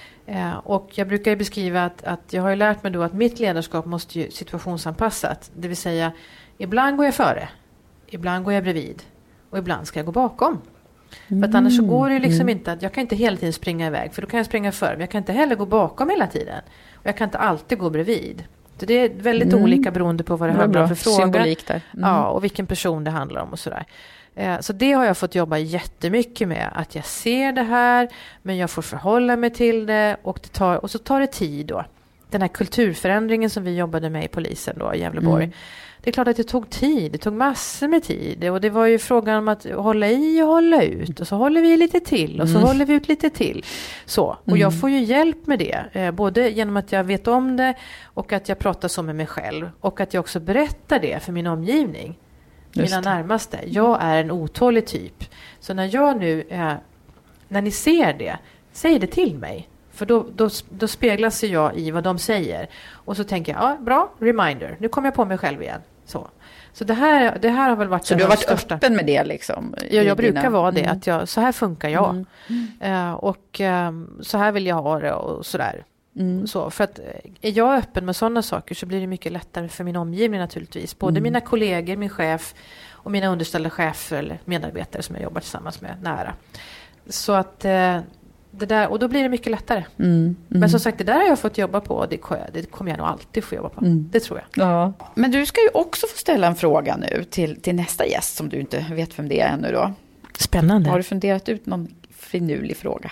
Och jag brukar ju beskriva att, att jag har ju lärt mig då att mitt ledarskap måste ju situationsanpassat. Det vill säga, ibland går jag före, ibland går jag bredvid och ibland ska jag gå bakom. Mm. För att annars så går det liksom mm. inte att jag kan inte hela tiden springa iväg, för då kan jag springa före, men jag kan inte heller gå bakom hela tiden. Och jag kan inte alltid gå bredvid. Så det är väldigt mm. olika beroende på vad det, det handlar om för fråga. Symbolik där. Mm. Ja, och vilken person det handlar om och sådär. Så det har jag fått jobba jättemycket med. Att jag ser det här, men jag får förhålla mig till det. Och, det tar, och så tar det tid då. Den här kulturförändringen som vi jobbade med i polisen då, i Gävleborg. Mm. Det är klart att det tog tid. Det tog massor med tid. Och det var ju frågan om att hålla i och hålla ut. Och så håller vi lite till. Och så mm. håller vi ut lite till. Så. Och mm. jag får ju hjälp med det. Både genom att jag vet om det. Och att jag pratar så med mig själv. Och att jag också berättar det för min omgivning. Just mina närmaste. Jag är en otålig typ. Så när jag nu, eh, när ni ser det, säg det till mig. För då, då, då speglas jag i vad de säger. Och så tänker jag, ja bra, reminder. Nu kommer jag på mig själv igen. Så, så det, här, det här har väl varit... Så du har varit största... öppen med det liksom? Ja, jag brukar dina... vara det. Mm. Att jag, så här funkar jag. Mm. Mm. Uh, och um, så här vill jag ha det och sådär. Mm. Så, för att är jag öppen med sådana saker så blir det mycket lättare för min omgivning naturligtvis. Både mm. mina kollegor, min chef och mina underställda chefer eller medarbetare som jag jobbar tillsammans med nära. Så att eh, det där, och då blir det mycket lättare. Mm. Mm. Men som sagt, det där har jag fått jobba på och det, det kommer jag nog alltid få jobba på. Mm. Det tror jag. Ja. Men du ska ju också få ställa en fråga nu till, till nästa gäst som du inte vet vem det är ännu då. Spännande. Har du funderat ut någon finurlig fråga?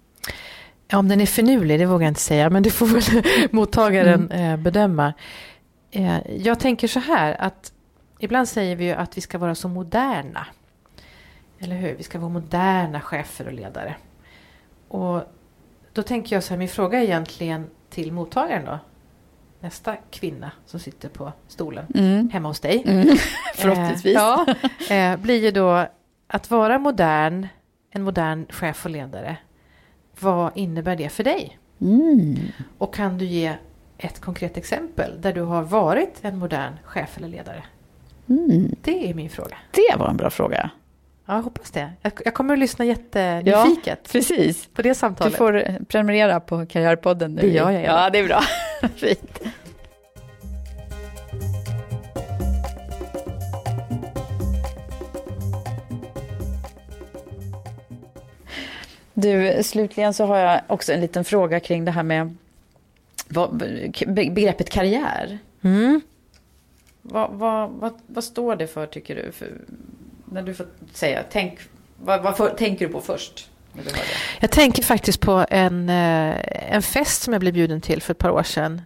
Ja, om den är finurlig, det vågar jag inte säga. Men det får väl mottagaren mm. eh, bedöma. Eh, jag tänker så här att ibland säger vi ju att vi ska vara så moderna. Eller hur? Vi ska vara moderna chefer och ledare. Och då tänker jag så här, min fråga är egentligen till mottagaren då. Nästa kvinna som sitter på stolen mm. hemma hos dig. Mm. Förhoppningsvis. Eh, ja, eh, blir ju då att vara modern, en modern chef och ledare. Vad innebär det för dig? Mm. Och kan du ge ett konkret exempel där du har varit en modern chef eller ledare? Mm. Det är min fråga. Det var en bra fråga. Ja, jag hoppas det. Jag, jag kommer att lyssna jättenyfiket. Ja, precis. På det samtalet. Du får prenumerera på Karriärpodden nu. Det gör jag. Ja, det är bra. Fint. Du, slutligen så har jag också en liten fråga kring det här med vad, begreppet karriär. Mm. Vad, vad, vad, vad står det för, tycker du? För, när du får säga, tänk, vad, vad för, tänker du på först? Jag tänker faktiskt på en, en fest som jag blev bjuden till för ett par år sedan.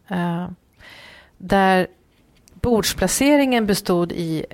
Där bordsplaceringen bestod i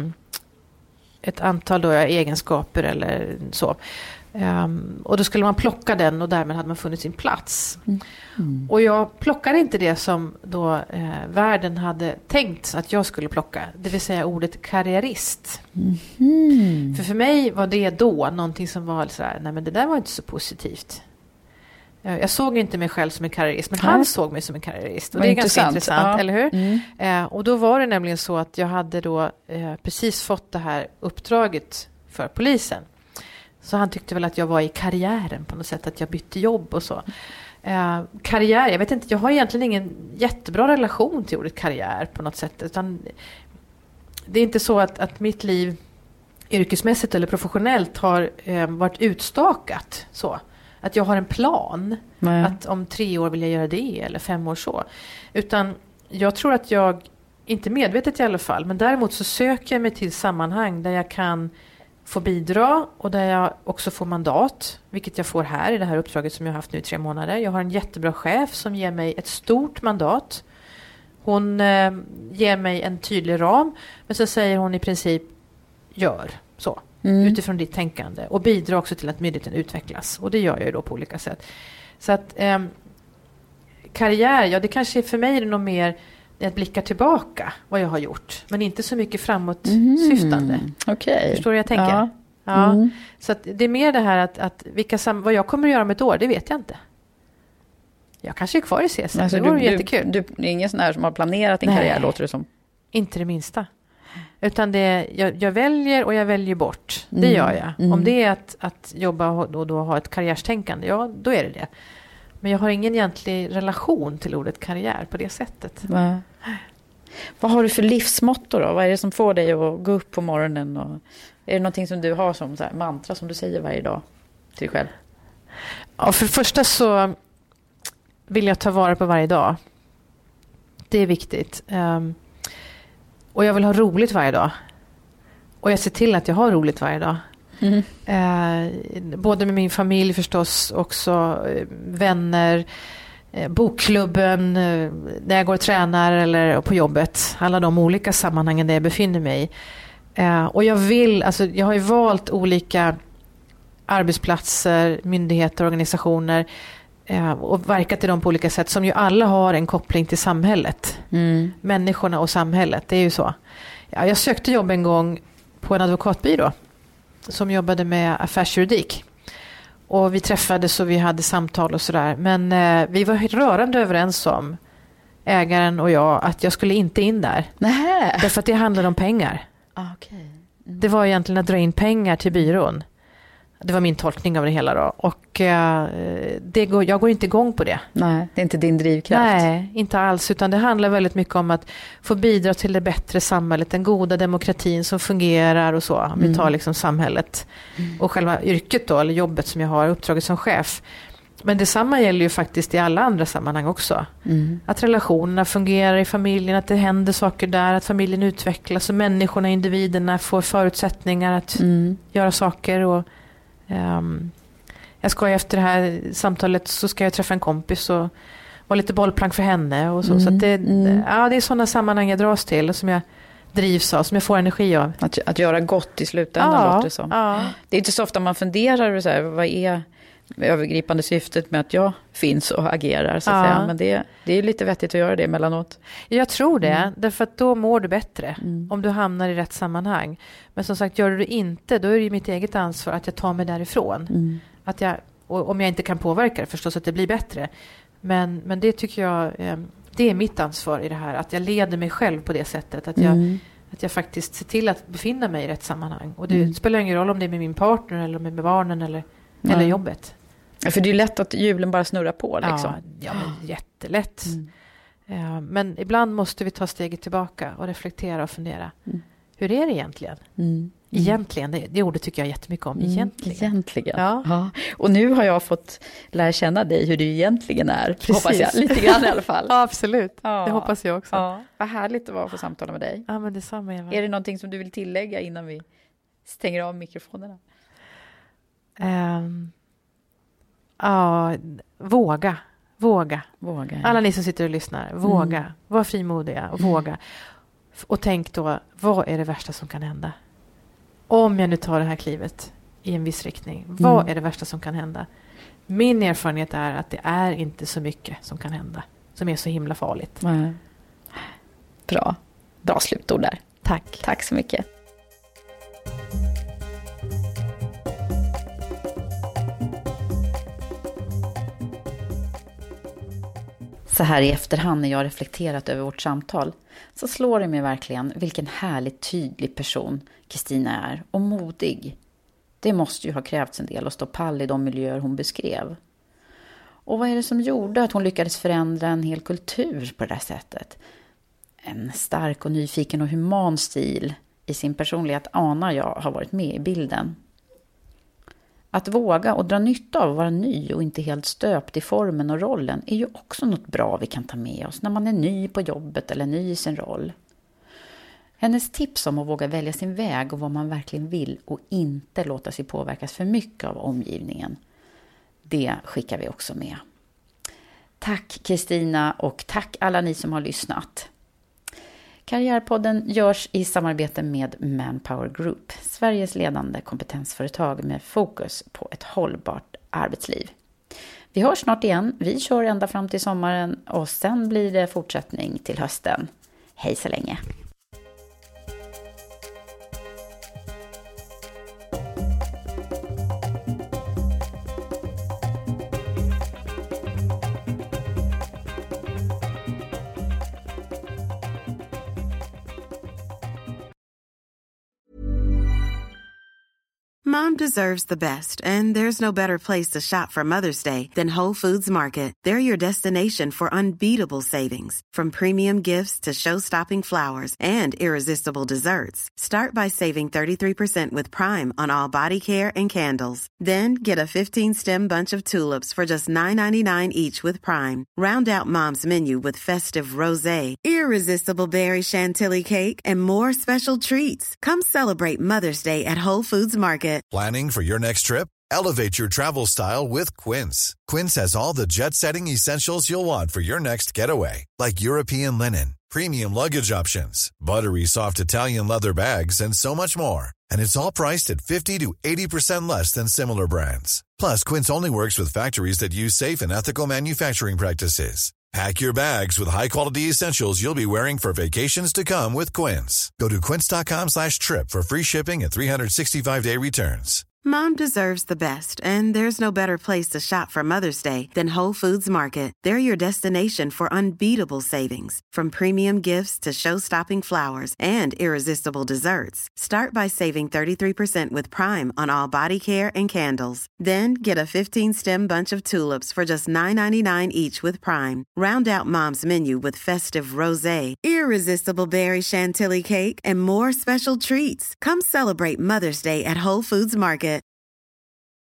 ett antal då egenskaper eller så. Um, och då skulle man plocka den och därmed hade man funnit sin plats. Mm. Mm. Och jag plockade inte det som då eh, världen hade tänkt att jag skulle plocka. Det vill säga ordet karriärist. Mm. För för mig var det då någonting som var så här, nej men det där var inte så positivt. Jag, jag såg inte mig själv som en karriärist, men nej. Han såg mig som en karriärist. Och det är ganska intressant, ja. Eller hur? Mm. Eh, och då var det nämligen så att jag hade då eh, precis fått det här uppdraget för polisen. Så han tyckte väl att jag var i karriären på något sätt, att jag bytte jobb och så. Eh, karriär, jag vet inte, jag har egentligen ingen jättebra relation till ordet karriär på något sätt. Utan det är inte så att, att mitt liv yrkesmässigt eller professionellt har eh, varit utstakat så. Att jag har en plan. Nej. Att om tre år vill jag göra det eller fem år så. Utan jag tror att jag, inte medvetet i alla fall, men däremot så söker jag mig till sammanhang där jag kan få bidra och där jag också får mandat, vilket jag får här i det här uppdraget som jag har haft nu i tre månader. Jag har en jättebra chef som ger mig ett stort mandat. Hon eh, ger mig en tydlig ram, men så säger hon i princip gör så, mm. utifrån ditt tänkande och bidrar också till att myndigheten utvecklas. Och det gör jag ju då på olika sätt. Så att eh, karriär, ja det kanske för mig är det nog mer att blicka tillbaka vad jag har gjort. Men inte så mycket framåtsyftande. Mm. Okay. Förstår du vad jag tänker? Ja. Ja. Mm. Så att det är mer det här att, att vilka sam- vad jag kommer att göra om ett år, det vet jag inte. Jag kanske är kvar i C S. Alltså, det vore du, jättekul. Du, du är ingen sån här som har planerat din Nej. karriär, låter det som. Inte det minsta. Utan det, jag, jag väljer och jag väljer bort. Det Mm. gör jag. Mm. Om det är att, att jobba och då, då ha ett karriärstänkande, ja då är det det. Men jag har ingen egentlig relation till ordet karriär på det sättet. Nej. Vad har du för livsmotto då? Vad är det som får dig att gå upp på morgonen? Och är det någonting som du har som så här mantra som du säger varje dag till dig själv? Ja, för det första så vill jag ta vara på varje dag. Det är viktigt. Um, och jag vill ha roligt varje dag. Och jag ser till att jag har roligt varje dag. Mm. Uh, både med min familj förstås, också uh, vänner, uh, bokklubben, uh, när jag går och tränar eller på jobbet. Alla de olika sammanhangen där jag befinner mig i. Uh, och jag vill, alltså jag har ju valt olika arbetsplatser, myndigheter, organisationer uh, och verkat i dem på olika sätt som ju alla har en koppling till samhället. Mm. Människorna och samhället, det är ju så. Ja, jag sökte jobb en gång på en advokatbyrå som jobbade med affärsjuridik. Och vi träffades och vi hade samtal och sådär. Men eh, vi var rörande överens om, ägaren och jag, att jag skulle inte in där. Nähä. Därför att det handlade om pengar. Ah, okay. Mm. Det var egentligen att dra in pengar till byrån. Det var min tolkning av det hela då. Och eh, det går, jag går inte igång på det. Nej, det är inte din drivkraft. Nej, inte alls. Utan det handlar väldigt mycket om att få bidra till det bättre samhället. Den goda demokratin som fungerar och så. Om mm. vi tar liksom samhället. Mm. Och själva yrket då, eller jobbet som jag har, uppdraget som chef. Men detsamma gäller ju faktiskt i alla andra sammanhang också. Mm. Att relationerna fungerar i familjen, att det händer saker där, att familjen utvecklas och människorna, individerna får förutsättningar att mm. göra saker. Och um, jag ska efter det här samtalet så ska jag träffa en kompis och vara lite bollplank för henne och så. Mm. Så att det, mm. ja, det är sådana sammanhang jag dras till och som jag drivs av, som jag får energi av. Att, att göra gott i slutändan, ja, låter det som. Ja. Det är inte så ofta man funderar så här, vad är övergripande syftet med att jag finns och agerar så att ja. säga. Men det, det är lite vettigt att göra det emellanåt. Jag tror det, mm. därför att då mår du bättre mm. om du hamnar i rätt sammanhang. Men som sagt, gör du det inte, då är det ju mitt eget ansvar att jag tar mig därifrån. Mm. Att jag, och om jag inte kan påverka det förstås att det blir bättre. Men, men det tycker jag, det är mitt ansvar i det här. Att jag leder mig själv på det sättet. Att jag, mm. att jag faktiskt ser till att befinna mig i rätt sammanhang. Och det mm. spelar ingen roll om det är med min partner eller med barnen eller, ja. eller jobbet. Ja, för det är lätt att hjulen bara snurrar på. Liksom. Ja, ja men jättelätt. Mm. Ja, men ibland måste vi ta steget tillbaka och reflektera och fundera. Mm. Hur är det egentligen? Mm. Egentligen, det, det ordet tycker jag jättemycket om. Egentligen. Mm, egentligen. Ja. Ja. Och nu har jag fått lära känna dig hur du egentligen är. Precis. Hoppas jag. Lite grann i alla fall. Ja, absolut. Ja. Det hoppas jag också. Ja. Vad härligt att vara för samtala med dig. Ja, men detsamma, Eva. Är det någonting som du vill tillägga innan vi stänger av mikrofonerna? Um, Ja, våga. Våga. Våga. Alla ni som sitter och lyssnar, våga. Mm. Var frimodiga och våga. Och tänk då, vad är det värsta som kan hända? Om jag nu tar det här klivet i en viss riktning, vad Mm. är det värsta som kan hända? Min erfarenhet är att det är inte så mycket som kan hända, som är så himla farligt. Mm. Bra. Bra slutord där. Tack. Tack så mycket. Så här i efterhand när jag reflekterat över vårt samtal så slår det mig verkligen vilken härligt tydlig person Kristina är och modig. Det måste ju ha krävts en del att stå pall i de miljöer hon beskrev. Och vad är det som gjorde att hon lyckades förändra en hel kultur på det där sättet? En stark och nyfiken och human stil i sin personlighet anar jag har varit med i bilden. Att våga och dra nytta av att vara ny och inte helt stöpt i formen och rollen är ju också något bra vi kan ta med oss när man är ny på jobbet eller ny i sin roll. Hennes tips om att våga välja sin väg och vad man verkligen vill och inte låta sig påverkas för mycket av omgivningen, det skickar vi också med. Tack Kristina och tack alla ni som har lyssnat. Karriärpodden görs i samarbete med Manpower Group, Sveriges ledande kompetensföretag med fokus på ett hållbart arbetsliv. Vi hörs snart igen, vi kör ända fram till sommaren och sen blir det fortsättning till hösten. Hej så länge! Mom deserves the best, and there's no better place to shop for Mother's Day than Whole Foods Market. They're your destination for unbeatable savings, from premium gifts to show-stopping flowers and irresistible desserts. Start by saving thirty-three percent with Prime on all body care and candles. Then get a fifteen-stem bunch of tulips for just nine ninety-nine each with Prime. Round out Mom's menu with festive rosé, irresistible berry chantilly cake, and more special treats. Come celebrate Mother's Day at Whole Foods Market. Planning for your next trip? Elevate your travel style with Quince. Quince has all the jet-setting essentials you'll want for your next getaway, like European linen, premium luggage options, buttery soft Italian leather bags, and so much more. And it's all priced at fifty to eighty percent less than similar brands. Plus, Quince only works with factories that use safe and ethical manufacturing practices. Pack your bags with high-quality essentials you'll be wearing for vacations to come with Quince. Go to quince.com slash trip for free shipping and three sixty-five day returns. Mom deserves the best, and there's no better place to shop for Mother's Day than Whole Foods Market. They're your destination for unbeatable savings, from premium gifts to show-stopping flowers and irresistible desserts. Start by saving thirty-three percent with Prime on all body care and candles. Then get a fifteen-stem bunch of tulips for just nine ninety-nine each with Prime. Round out Mom's menu with festive rosé, irresistible berry chantilly cake, and more special treats. Come celebrate Mother's Day at Whole Foods Market.